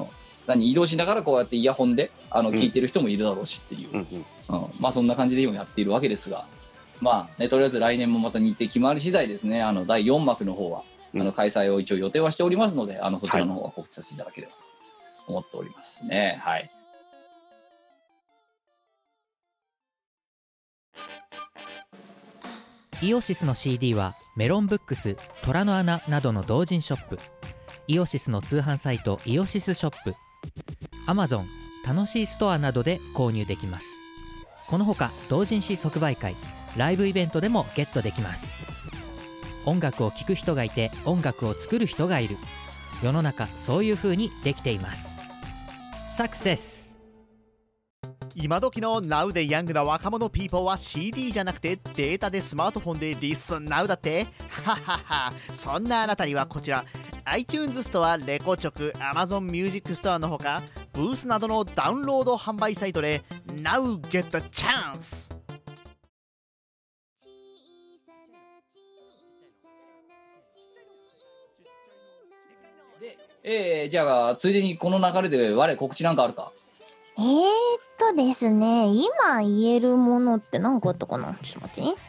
移動しながらこうやってイヤホンで聞いてる人もいるだろうしっていう、まあそんな感じで今やっているわけですが、まあね、とりあえず来年もまた日程決まり次第ですね、第4幕の方は開催を一応予定はしておりますので、そちらの方は告知させていただければと思っておりますね。はい。 イオシスの CD はメロンブックス、虎の穴などの同人ショップ、イオシスの通販サイトイオシスショップ、Amazon、楽しいストアなどで購入できます。このほか同人誌即売会、ライブイベントでもゲットできます。音楽を聴く人がいて音楽を作る人がいる。世の中そういう風にできています。サクセス。 今時の Now でヤングな若者ピーポーは CD じゃなくてデータでスマートフォンでリスン Now だってははは。そんなあなたにはこちら iTunes ストア、レコチョク、Amazon Music ストアのほかブースなどのダウンロード販売サイトで Now get the chance。 で、じゃあついでにこの流れで我告知なんかあるか。 ですね、今言えるものって何個あったかな。ちょっと待って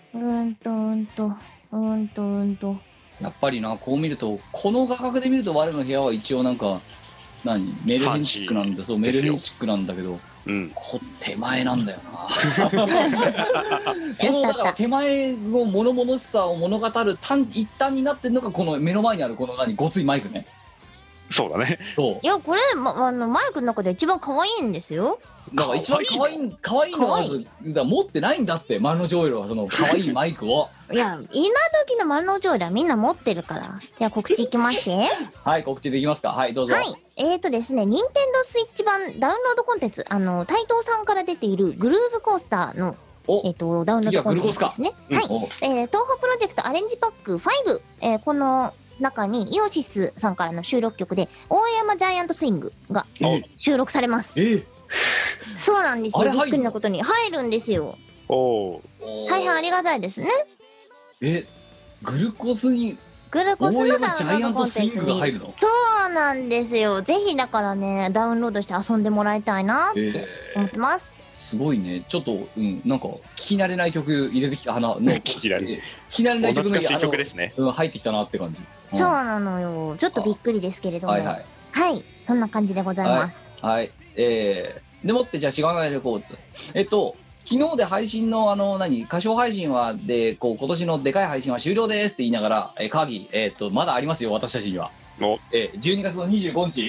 ね。 やっぱりな、こう見るとこの画角で見ると我の部屋は一応なんかメルヘンチックなんだ。そう、メルヘンチックなんだけど、手前なんだよなそのだから手前の物々しさを物語る一端になってるのがこの目の前にあるこのごついマイクね。 そうだね。 そういやこれ、マイクの中で一番可愛いんですよ。 だから一番可愛いのはまず持ってないんだって、丸の内オイルはその可愛いマイクをいや今時の丸の内オイルはみんな持ってるから。では告知いきましてはい、告知できますか。はい、どうぞ。 はい、ですね、任天堂スイッチ版ダウンロードコンテンツ、台東さんから出ているグルーブコースターのダウンロードコンテンツですね。はい、東宝プロジェクトアレンジパック5、この中にイオシスさんからの収録曲で大山ジャイアントスイングが収録されます。そうなんですよ。びっくりなことに入るんですよ。はいはい、ありがたいですね。 グルコスのダウンロードコンテンツにそうなんですよ。ぜひだからねダウンロードして遊んでもらいたいなって思ってます。 すごいね。ちょっとなんか聞き慣れない曲入れてきた聞き慣れない曲が曲ですね。 入ってきたなって感じ。 そうなのよ。ちょっとびっくりですけれども、はい、そんな感じでございます。 はい。でもってじゃあしがないレコーズ。昨日で配信の歌唱配信はで今年のでかい配信は終了ですって言いながらカギまだありますよ私たちには。12月の25日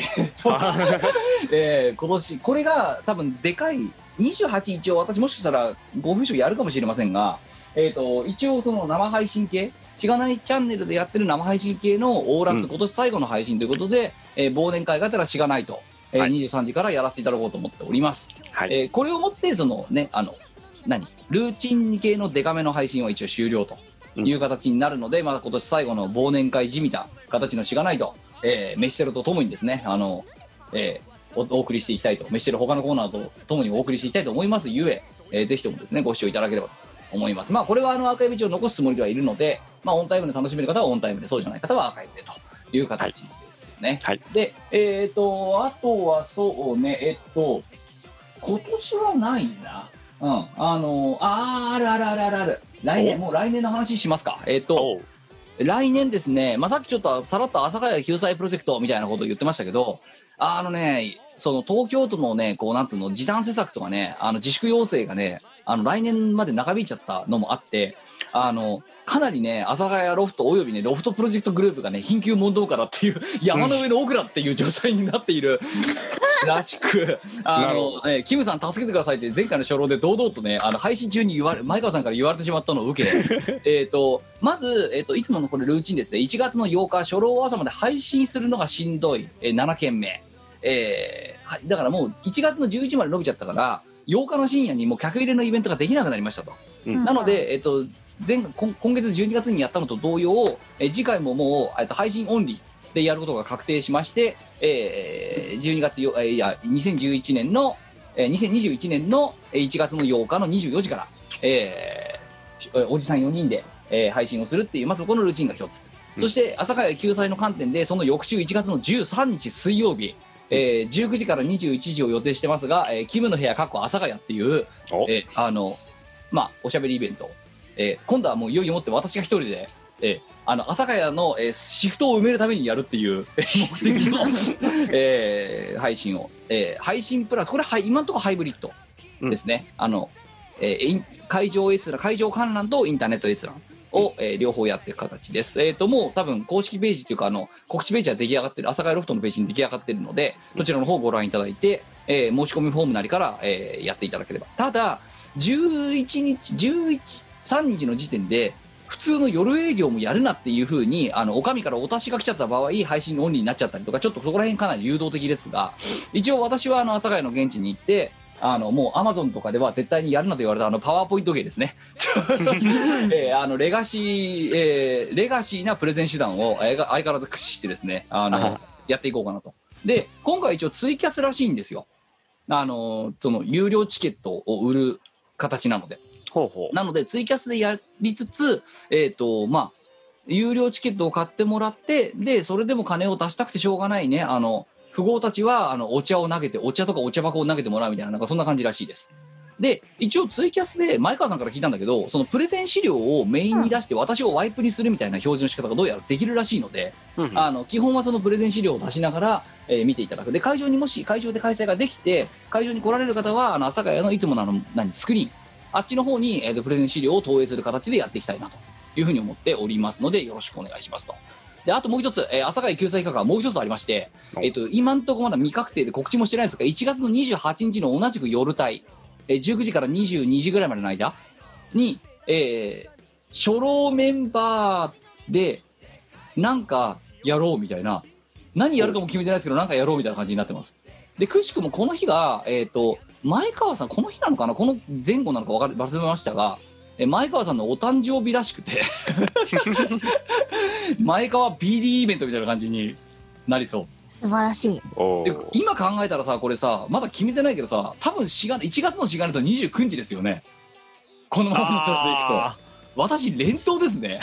今年これが多分でかい28、一応私もしかしたら5分賞やるかもしれませんが、一応その生配信系しがないチャンネルでやってる生配信系のオーラス、今年最後の配信ということで、忘年会がてらしがないと、23時からやらせていただこうと思っております。これをもってそのねルーチン系のデカめの配信は一応終了という形になるので、また今年最後の忘年会じみた形のしがないと、メシテロとともにですねお送りしていきたいと、メシテロ他のコーナーとともにお送りしていきたいと思いますゆえ、ぜひともですねご視聴いただければと思います。まあこれはアーカイブ一応残すつもりではいるので、オンタイムで楽しめる方はオンタイムで、そうじゃない方はアーカイブでという形ですね。であとはそうね今年はないな。ある来年の話しますか。来年ですね、さっきちょっとさらっと阿佐ヶ谷救済プロジェクトみたいなことを言ってましたけど、その東京都のねなんつうの時短施策とかね自粛要請がね来年まで長引いちゃったのもあって、かなりね阿佐ヶ谷ロフトおよびねロフトプロジェクトグループがね緊急問答からっていう山の上のオクラっていう状態になっているらしくキムさん助けてくださいって前回の初老で堂々とね配信中に前川さんから言われてしまったのを受けまず、いつものこれルーチンですね。1月の8日初老朝まで配信するのがしんどい、7件目、だからもう1月の11まで伸びちゃったから8日の深夜にもう客入れのイベントができなくなりましたと、なので、今月12月にやったのと同様、次回ももう配信オンリーでやることが確定しまして、12月2021年の1月の8日の24時から、おじさん4人で、配信をするっていう、まずこのルーチンが一つ、そして阿佐ヶ谷救済の観点でその翌週1月の13日水曜日、 19時から21時を予定してますが、キムの部屋かっこ朝ヶ谷っていう、おしゃべりイベント、今度はもういよいよもって私が一人で、朝ヶ谷の、シフトを埋めるためにやるっていう目的の、配信を、配信プラスこれは今のところハイブリッドですね、会場観覧とインターネット閲覧を、両方やってる形です。もう多分公式ページというか告知ページは出来上がってる、朝ヶ谷ロフトのページに出来上がってるので、どちらの方をご覧いただいて、申し込みフォームなりから、やっていただければ。ただ13日の時点で普通の夜営業もやるなっていう風にお上からお達しが来ちゃった場合、配信オンリーになっちゃったりとか、ちょっとそこら辺かなり誘導的ですが、一応私は朝ヶ谷の現地に行って、もうアマゾンとかでは絶対にやるなと言われたパワーポイント芸ですねレガシーなプレゼン手段を相変わらず駆使してですねやっていこうかなと。で今回一応ツイキャスらしいんですよ。その有料チケットを売る形なので、なのでツイキャスでやりつつ有料チケットを買ってもらって、でそれでも金を出したくてしょうがないね富豪たちはお茶とかお茶箱を投げてもらうみたいな、なんかそんな感じらしいです。で一応ツイキャスで前川さんから聞いたんだけど、そのプレゼン資料をメインに出して私をワイプにするみたいな表示の仕方がどうやらできるらしいので、基本はそのプレゼン資料を出しながら、見ていただく。で会場にもし会場で開催ができて会場に来られる方は朝ヶ谷のいつものスクリーンあっちの方に、プレゼン資料を投影する形でやっていきたいなというふうに思っておりますので、よろしくお願いしますと。であともう一つ、朝霞救済企画がもう一つありまして、今のところまだ未確定で告知もしてないんですが、1月の28日の同じく夜帯、19時から22時ぐらいまでの間に、初老メンバーでなんかやろうみたいな、何やるかも決めてないですけどなんかやろうみたいな感じになってます。でくしくもこの日が、前川さんこの日なのかな、この前後なのか忘れましたが、前川さんのお誕生日らしくて前川 BD イベントみたいな感じになりそう。 素晴らしい。 で今考えたらさ、これさまだ決めてないけどさ、多分1月の4月と29日ですよね、このままの調子でいくと。私連投ですね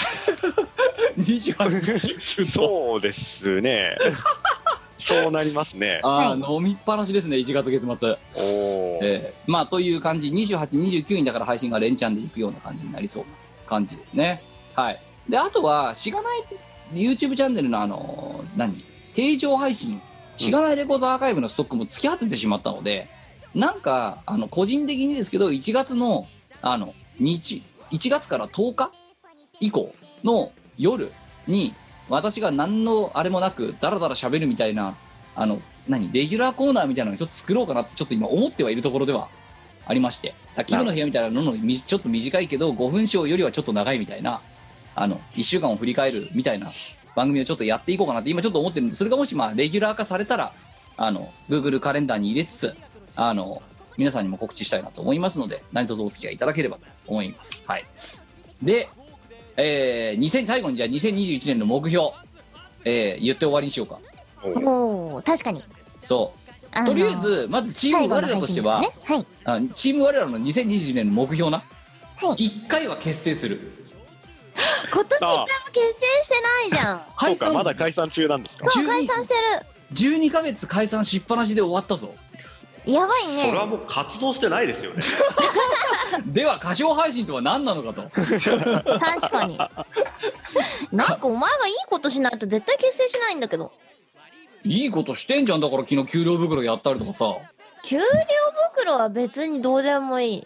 28、29 そうですねそうなりますね。 飲みっぱなしですね、1月月末。という感じ、28、29にだから配信が連チャンでいくような感じになりそうな感じですね。はい。であとはしがない YouTube チャンネルの定常配信しがないレコードアーカイブのストックも突き果ててしまったので、なんか個人的にですけど1月の1月から10日以降の夜に私が何のあれもなくダラダラ喋るみたいなレギュラーコーナーみたいなのをちょっと作ろうかなってちょっと今思ってはいるところではありまして、キムの部屋みたいなののちょっと短いけど5分ショーよりはちょっと長いみたいな1週間を振り返るみたいな番組をちょっとやっていこうかなって今ちょっと思ってるんで、それがもしレギュラー化されたらGoogle カレンダーに入れつつ皆さんにも告知したいなと思いますので、何卒お付き合いいただければと思います。はい。で最後にじゃあ2021年の目標、言って終わりにしようか。 確かにそう、とりあえずまずチーム我らとしては、チーム我らの2021年の目標な、1回は結成する。 今年1回も結成してないじゃんそうか、まだ解散中なんですか。 そう、解散してる。 12ヶ月解散しっぱなしで終わったぞ。 やばいね。 それはもう活動してないですよねでは歌唱配信とは何なのかと確かになんかお前がいいことしないと絶対結成しないんだけど。 いいことしてんじゃん。だから昨日給料袋やったりとかさ。 給料袋は別にどうでもいい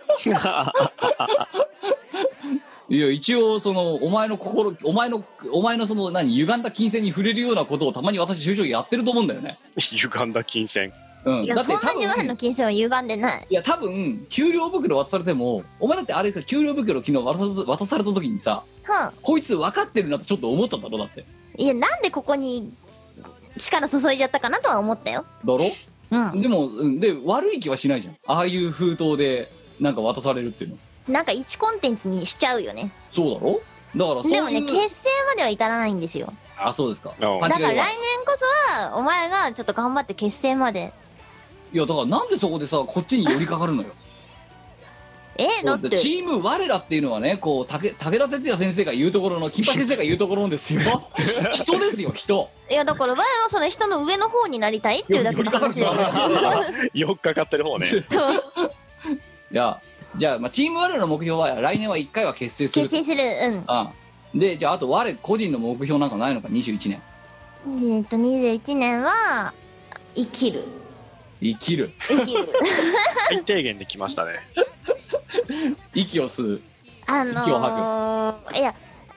いや一応そのお前のその歪んだ金銭に触れるようなことをたまに私正直やってると思うんだよね。 歪んだ金銭。 いやそんなに我の金銭は歪んでない。 いや多分給料袋渡されても、お前だってあれさ、給料袋昨日渡された時にさ、こいつ分かってるなってちょっと思ったんだろ。だっていやなんでここに力注いじゃったかなとは思ったよ。 だろ。でもで悪い気はしないじゃん、ああいう封筒でなんか渡されるっていうの。 なんか1コンテンツにしちゃうよね。 そうだろ。だからそういう。でもね結成までは至らないんですよ。 あ、そうですか。 だから来年こそはお前がちょっと頑張って結成まで。 いやだからなんでそこでさこっちに寄りかかるのよだってチーム我らっていうのはね、こう武田鉄矢先生が言うところの金八先生が言うところですよ人ですよ、人。 いやだから我はその人の上の方になりたいっていうだけの話でよくかかってる方ね。 そういやじゃあ、チーム我らの目標は来年は1回は結成する。 結成する。 でじゃああと我個人の目標なんかないのか。21年 21年は生きる。 生きる最低限できましたね。 息を吸う。 いやこれ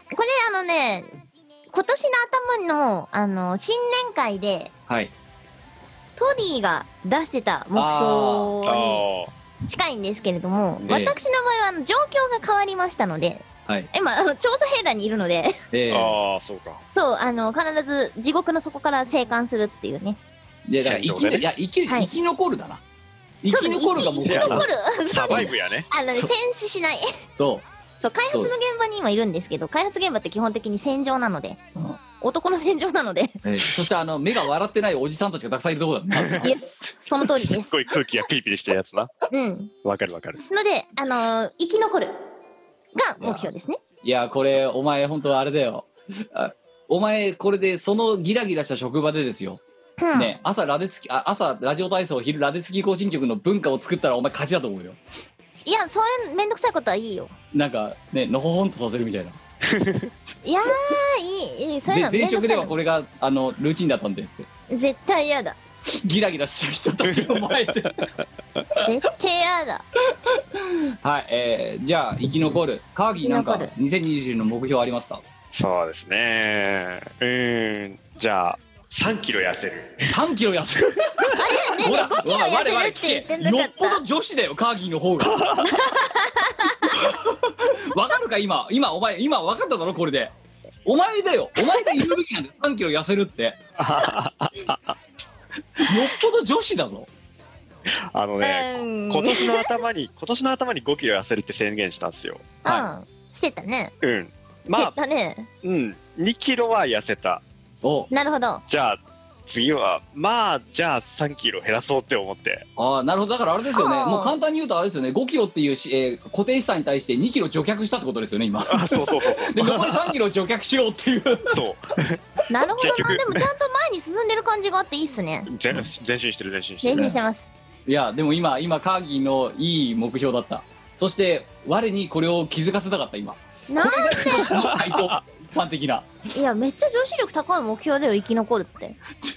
今年の頭の新年会で、 はい、 トディが出してた目標に近いんですけれども、私の場合は状況が変わりましたので、 はい、 今調査兵団にいるのでそうか。 そう必ず地獄の底から生還するっていうね。 でだから生き残るだな。生き残るが目標。 生き残るサバイブやね。 戦死しない。そう開発の現場に今いるんですけど、開発現場って基本的に戦場なので、男の戦場なので、 そして目が笑ってないおじさんたちがたくさんいるところだね。 イエス、その通りです。 すごい空気がピリピリしてるやつな。わかるわかる。 ので生き残るが目標ですね。 いやこれお前本当あれだよ。お前これでそのギラギラした職場でですよ。ね、朝ラジオ体操、昼ラデツキ行進曲の文化を作ったらお前勝ちだと思うよ。 いやそういうめんどくさいことはいいよ。 なんかねのほほんとさせるみたいな。 いやいいそういうの前職ではこれがルーチンだったんで。 絶対嫌だ。 ギラギラした人たちの前で絶対嫌だ。 はい、じゃあ生き残るカーギーなんか2020年の目標ありますか。 そうですね。じゃあ3キロ痩せる。 3キロ痩せる。 あれね5キロ痩せるって言ってなかった。 よっぽど女子だよカーギーの方が。わかるか今お前今分かっただろこれで。お前だよ。お前が言うべきなんだよ。3キロ痩せるって。よっぽど女子だぞ。 今年の頭に5キロ痩せるって宣言したんですよ。 してたね。 まあね。2キロは痩せた。 なるほど。 じゃあ次はじゃあ3キロ減らそうって思って。 なるほど。だからあれですよね。もう簡単に言うとあれですよね。5キロっていう固定資産に対して2キロ除却したってことですよね今。 そうで残り3キロ除却しようっていう。 そう。 なるほどな。でもちゃんと前に進んでる感じがあっていいっすね。 前進してる。前進してます。 いやでも今カーギーのいい目標だった。そして我にこれを気づかせたかった今。 なんで回答一般的な。 いやめっちゃ女子力高い目標だよ生き残るって。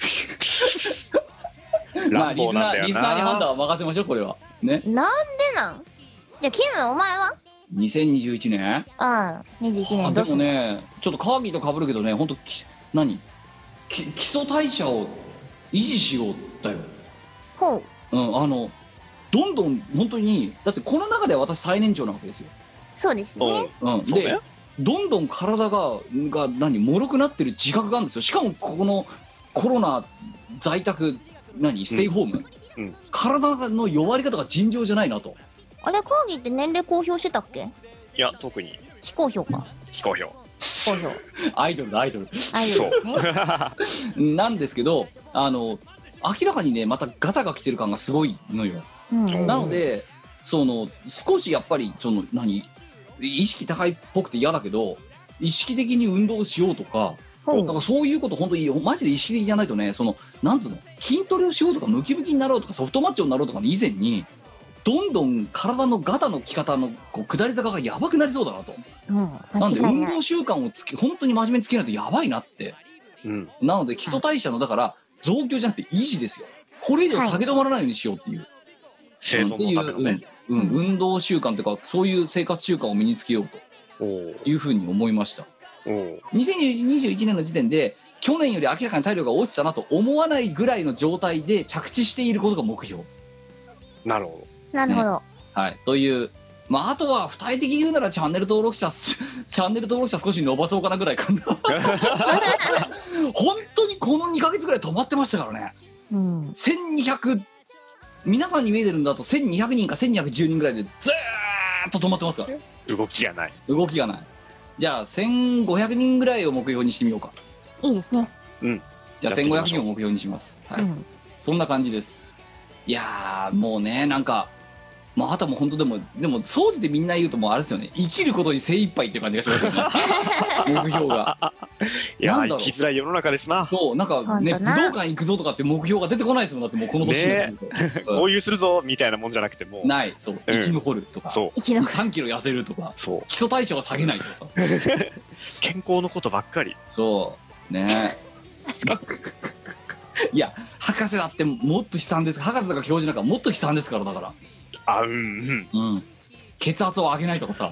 まあリスナーに判断は任せましょうこれはね。 なんでなん。じゃあキムお前は 2021年 21年でもねちょっとカーギーと被るけどね本当基礎代謝を維持しようだよ。 ほう。 どんどん本当にだってこの中で私最年長なわけですよ。 そうですね。 でどんどん体が脆くなってる自覚があるんですよ。しかもこのコロナ在宅ステイホーム、体の弱り方が尋常じゃないなと。 あれカーギーって年齢公表してたっけ。 いや特に非公表か。 非公表アイドルですね。なんですけど明らかにねまたガタが来てる感がすごいのよ。なので少しやっぱり意識高いっぽくて嫌だけど意識的に運動しようとか、なんかそういうこと本当にマジで意識的じゃないとねなんつうの筋トレをしようとかムキムキになろうとかソフトマッチョになろうとかの以前にどんどん体のガタのき方の下り坂がやばくなりそうだなと。なんで運動習慣を本当に真面目につけないとやばいなって。なので基礎代謝のだから増強じゃなくて維持ですよ。これ以上下げ止まらないようにしようっていう。 生存のためのね。 運動習慣というかそういう生活習慣を身につけようというふうに思いました。2021年の時点で去年より明らかに体力が落ちたなと思わないぐらいの状態で着地していることが目標。 なるほど、 はい。というあとは具体的に言うならチャンネル登録者少し伸ばそうかなぐらいかな。本当にこの2ヶ月ぐらい止まってましたからね。1200皆さんに見えてるんだと1200人か1210人ぐらいでずーっと止まってますから。 動きがない。 じゃあ1500人ぐらいを目標にしてみようか。 いいですね。 じゃあ1500人を目標にします。そんな感じです。いやもうねなんかまああとはもう本当でも総じてみんな言うともうあれですよね、生きることに精一杯っていう感じがしますよね目標が。 いや生きづらい世の中ですな。 そうなんかね、武道館行くぞとかって目標が出てこないですもん。だってもうこの年になってくると、 豪遊するぞみたいなもんじゃなくてもうない。そう生き残るとか、 そう 3キロ痩せるとか、 そう基礎代謝を下げないとかさ健康のことばっかり。 そうねいや博士だってもっと悲惨です。博士とか教授なんかもっと悲惨ですから。だから血圧を上げないとかさ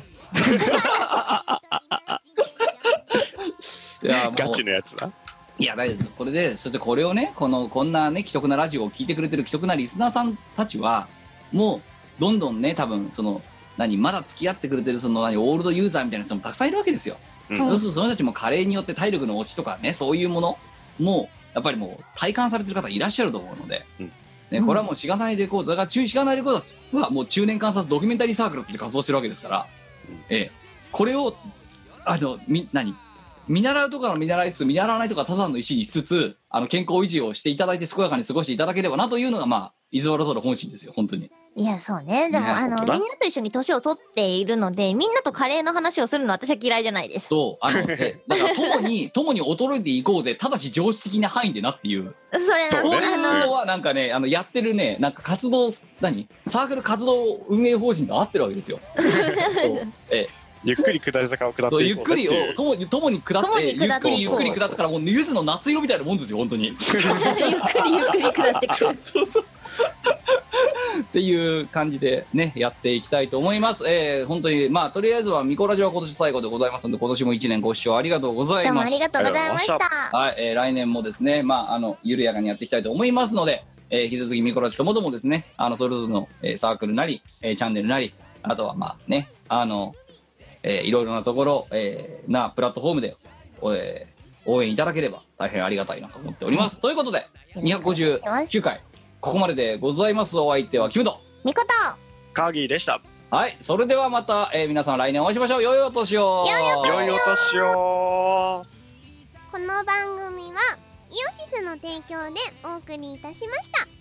いやガチのやつだ。 いやだけどこれで、そしてこれをね、こんなね既得なラジオを聞いてくれてる既得なリスナーさんたちはもうどんどんね、多分そのまだ付き合ってくれてるそのオールドユーザーみたいな人もたくさんいるわけですよ。そうするとその人たちも加齢によって体力の落ちとかね、そういうものもやっぱりもう体感されてる方いらっしゃると思うので、ね、これはもうしがないレコードだからしがないレコードはもう中年観察ドキュメンタリーサークルとして活動してるわけですから、これを見習うとかの見習いつつ見習わないとか他山の石にしつつ健康維持をしていただいて健やかに過ごしていただければなというのがまあ伊豆原空本心ですよ本当に。 いやそうね、でもみんなと一緒に年を取っているので、みんなとカレーの話をするのは私は嫌いじゃないです。 そうだから共に衰えていこうぜ、ただし常識的な範囲でなっていう、 それそういうのはなんかねやってるね、なんか活動サークル活動運営方針と合ってるわけですよそうゆっくり下り坂を下っていこうぜっていう、 ゆっくりを共に下ってゆっくり下ってからもう柚子の夏色みたいなもんですよ本当にゆっくり下ってくるそうっていう感じでねやっていきたいと思います。本当にまあとりあえずはミコラジは今年最後でございますので、今年も1年ご視聴ありがとうございました。 どうもありがとうございました。 はい、来年もですね緩やかにやっていきたいと思いますので、引き続きミコラジともどもですねそれぞれの、サークルなり、チャンネルなり、あとはまあねいろいろなところ、なプラットフォームで、応援いただければ大変ありがたいなと思っております。ということで259回ここまででございます。お相手はキムとミコとカーギーでした。 はい、それではまた、皆さん来年お会いしましょう。良いお年を。 良いお年を。 この番組はイオシスの提供でお送りいたしました。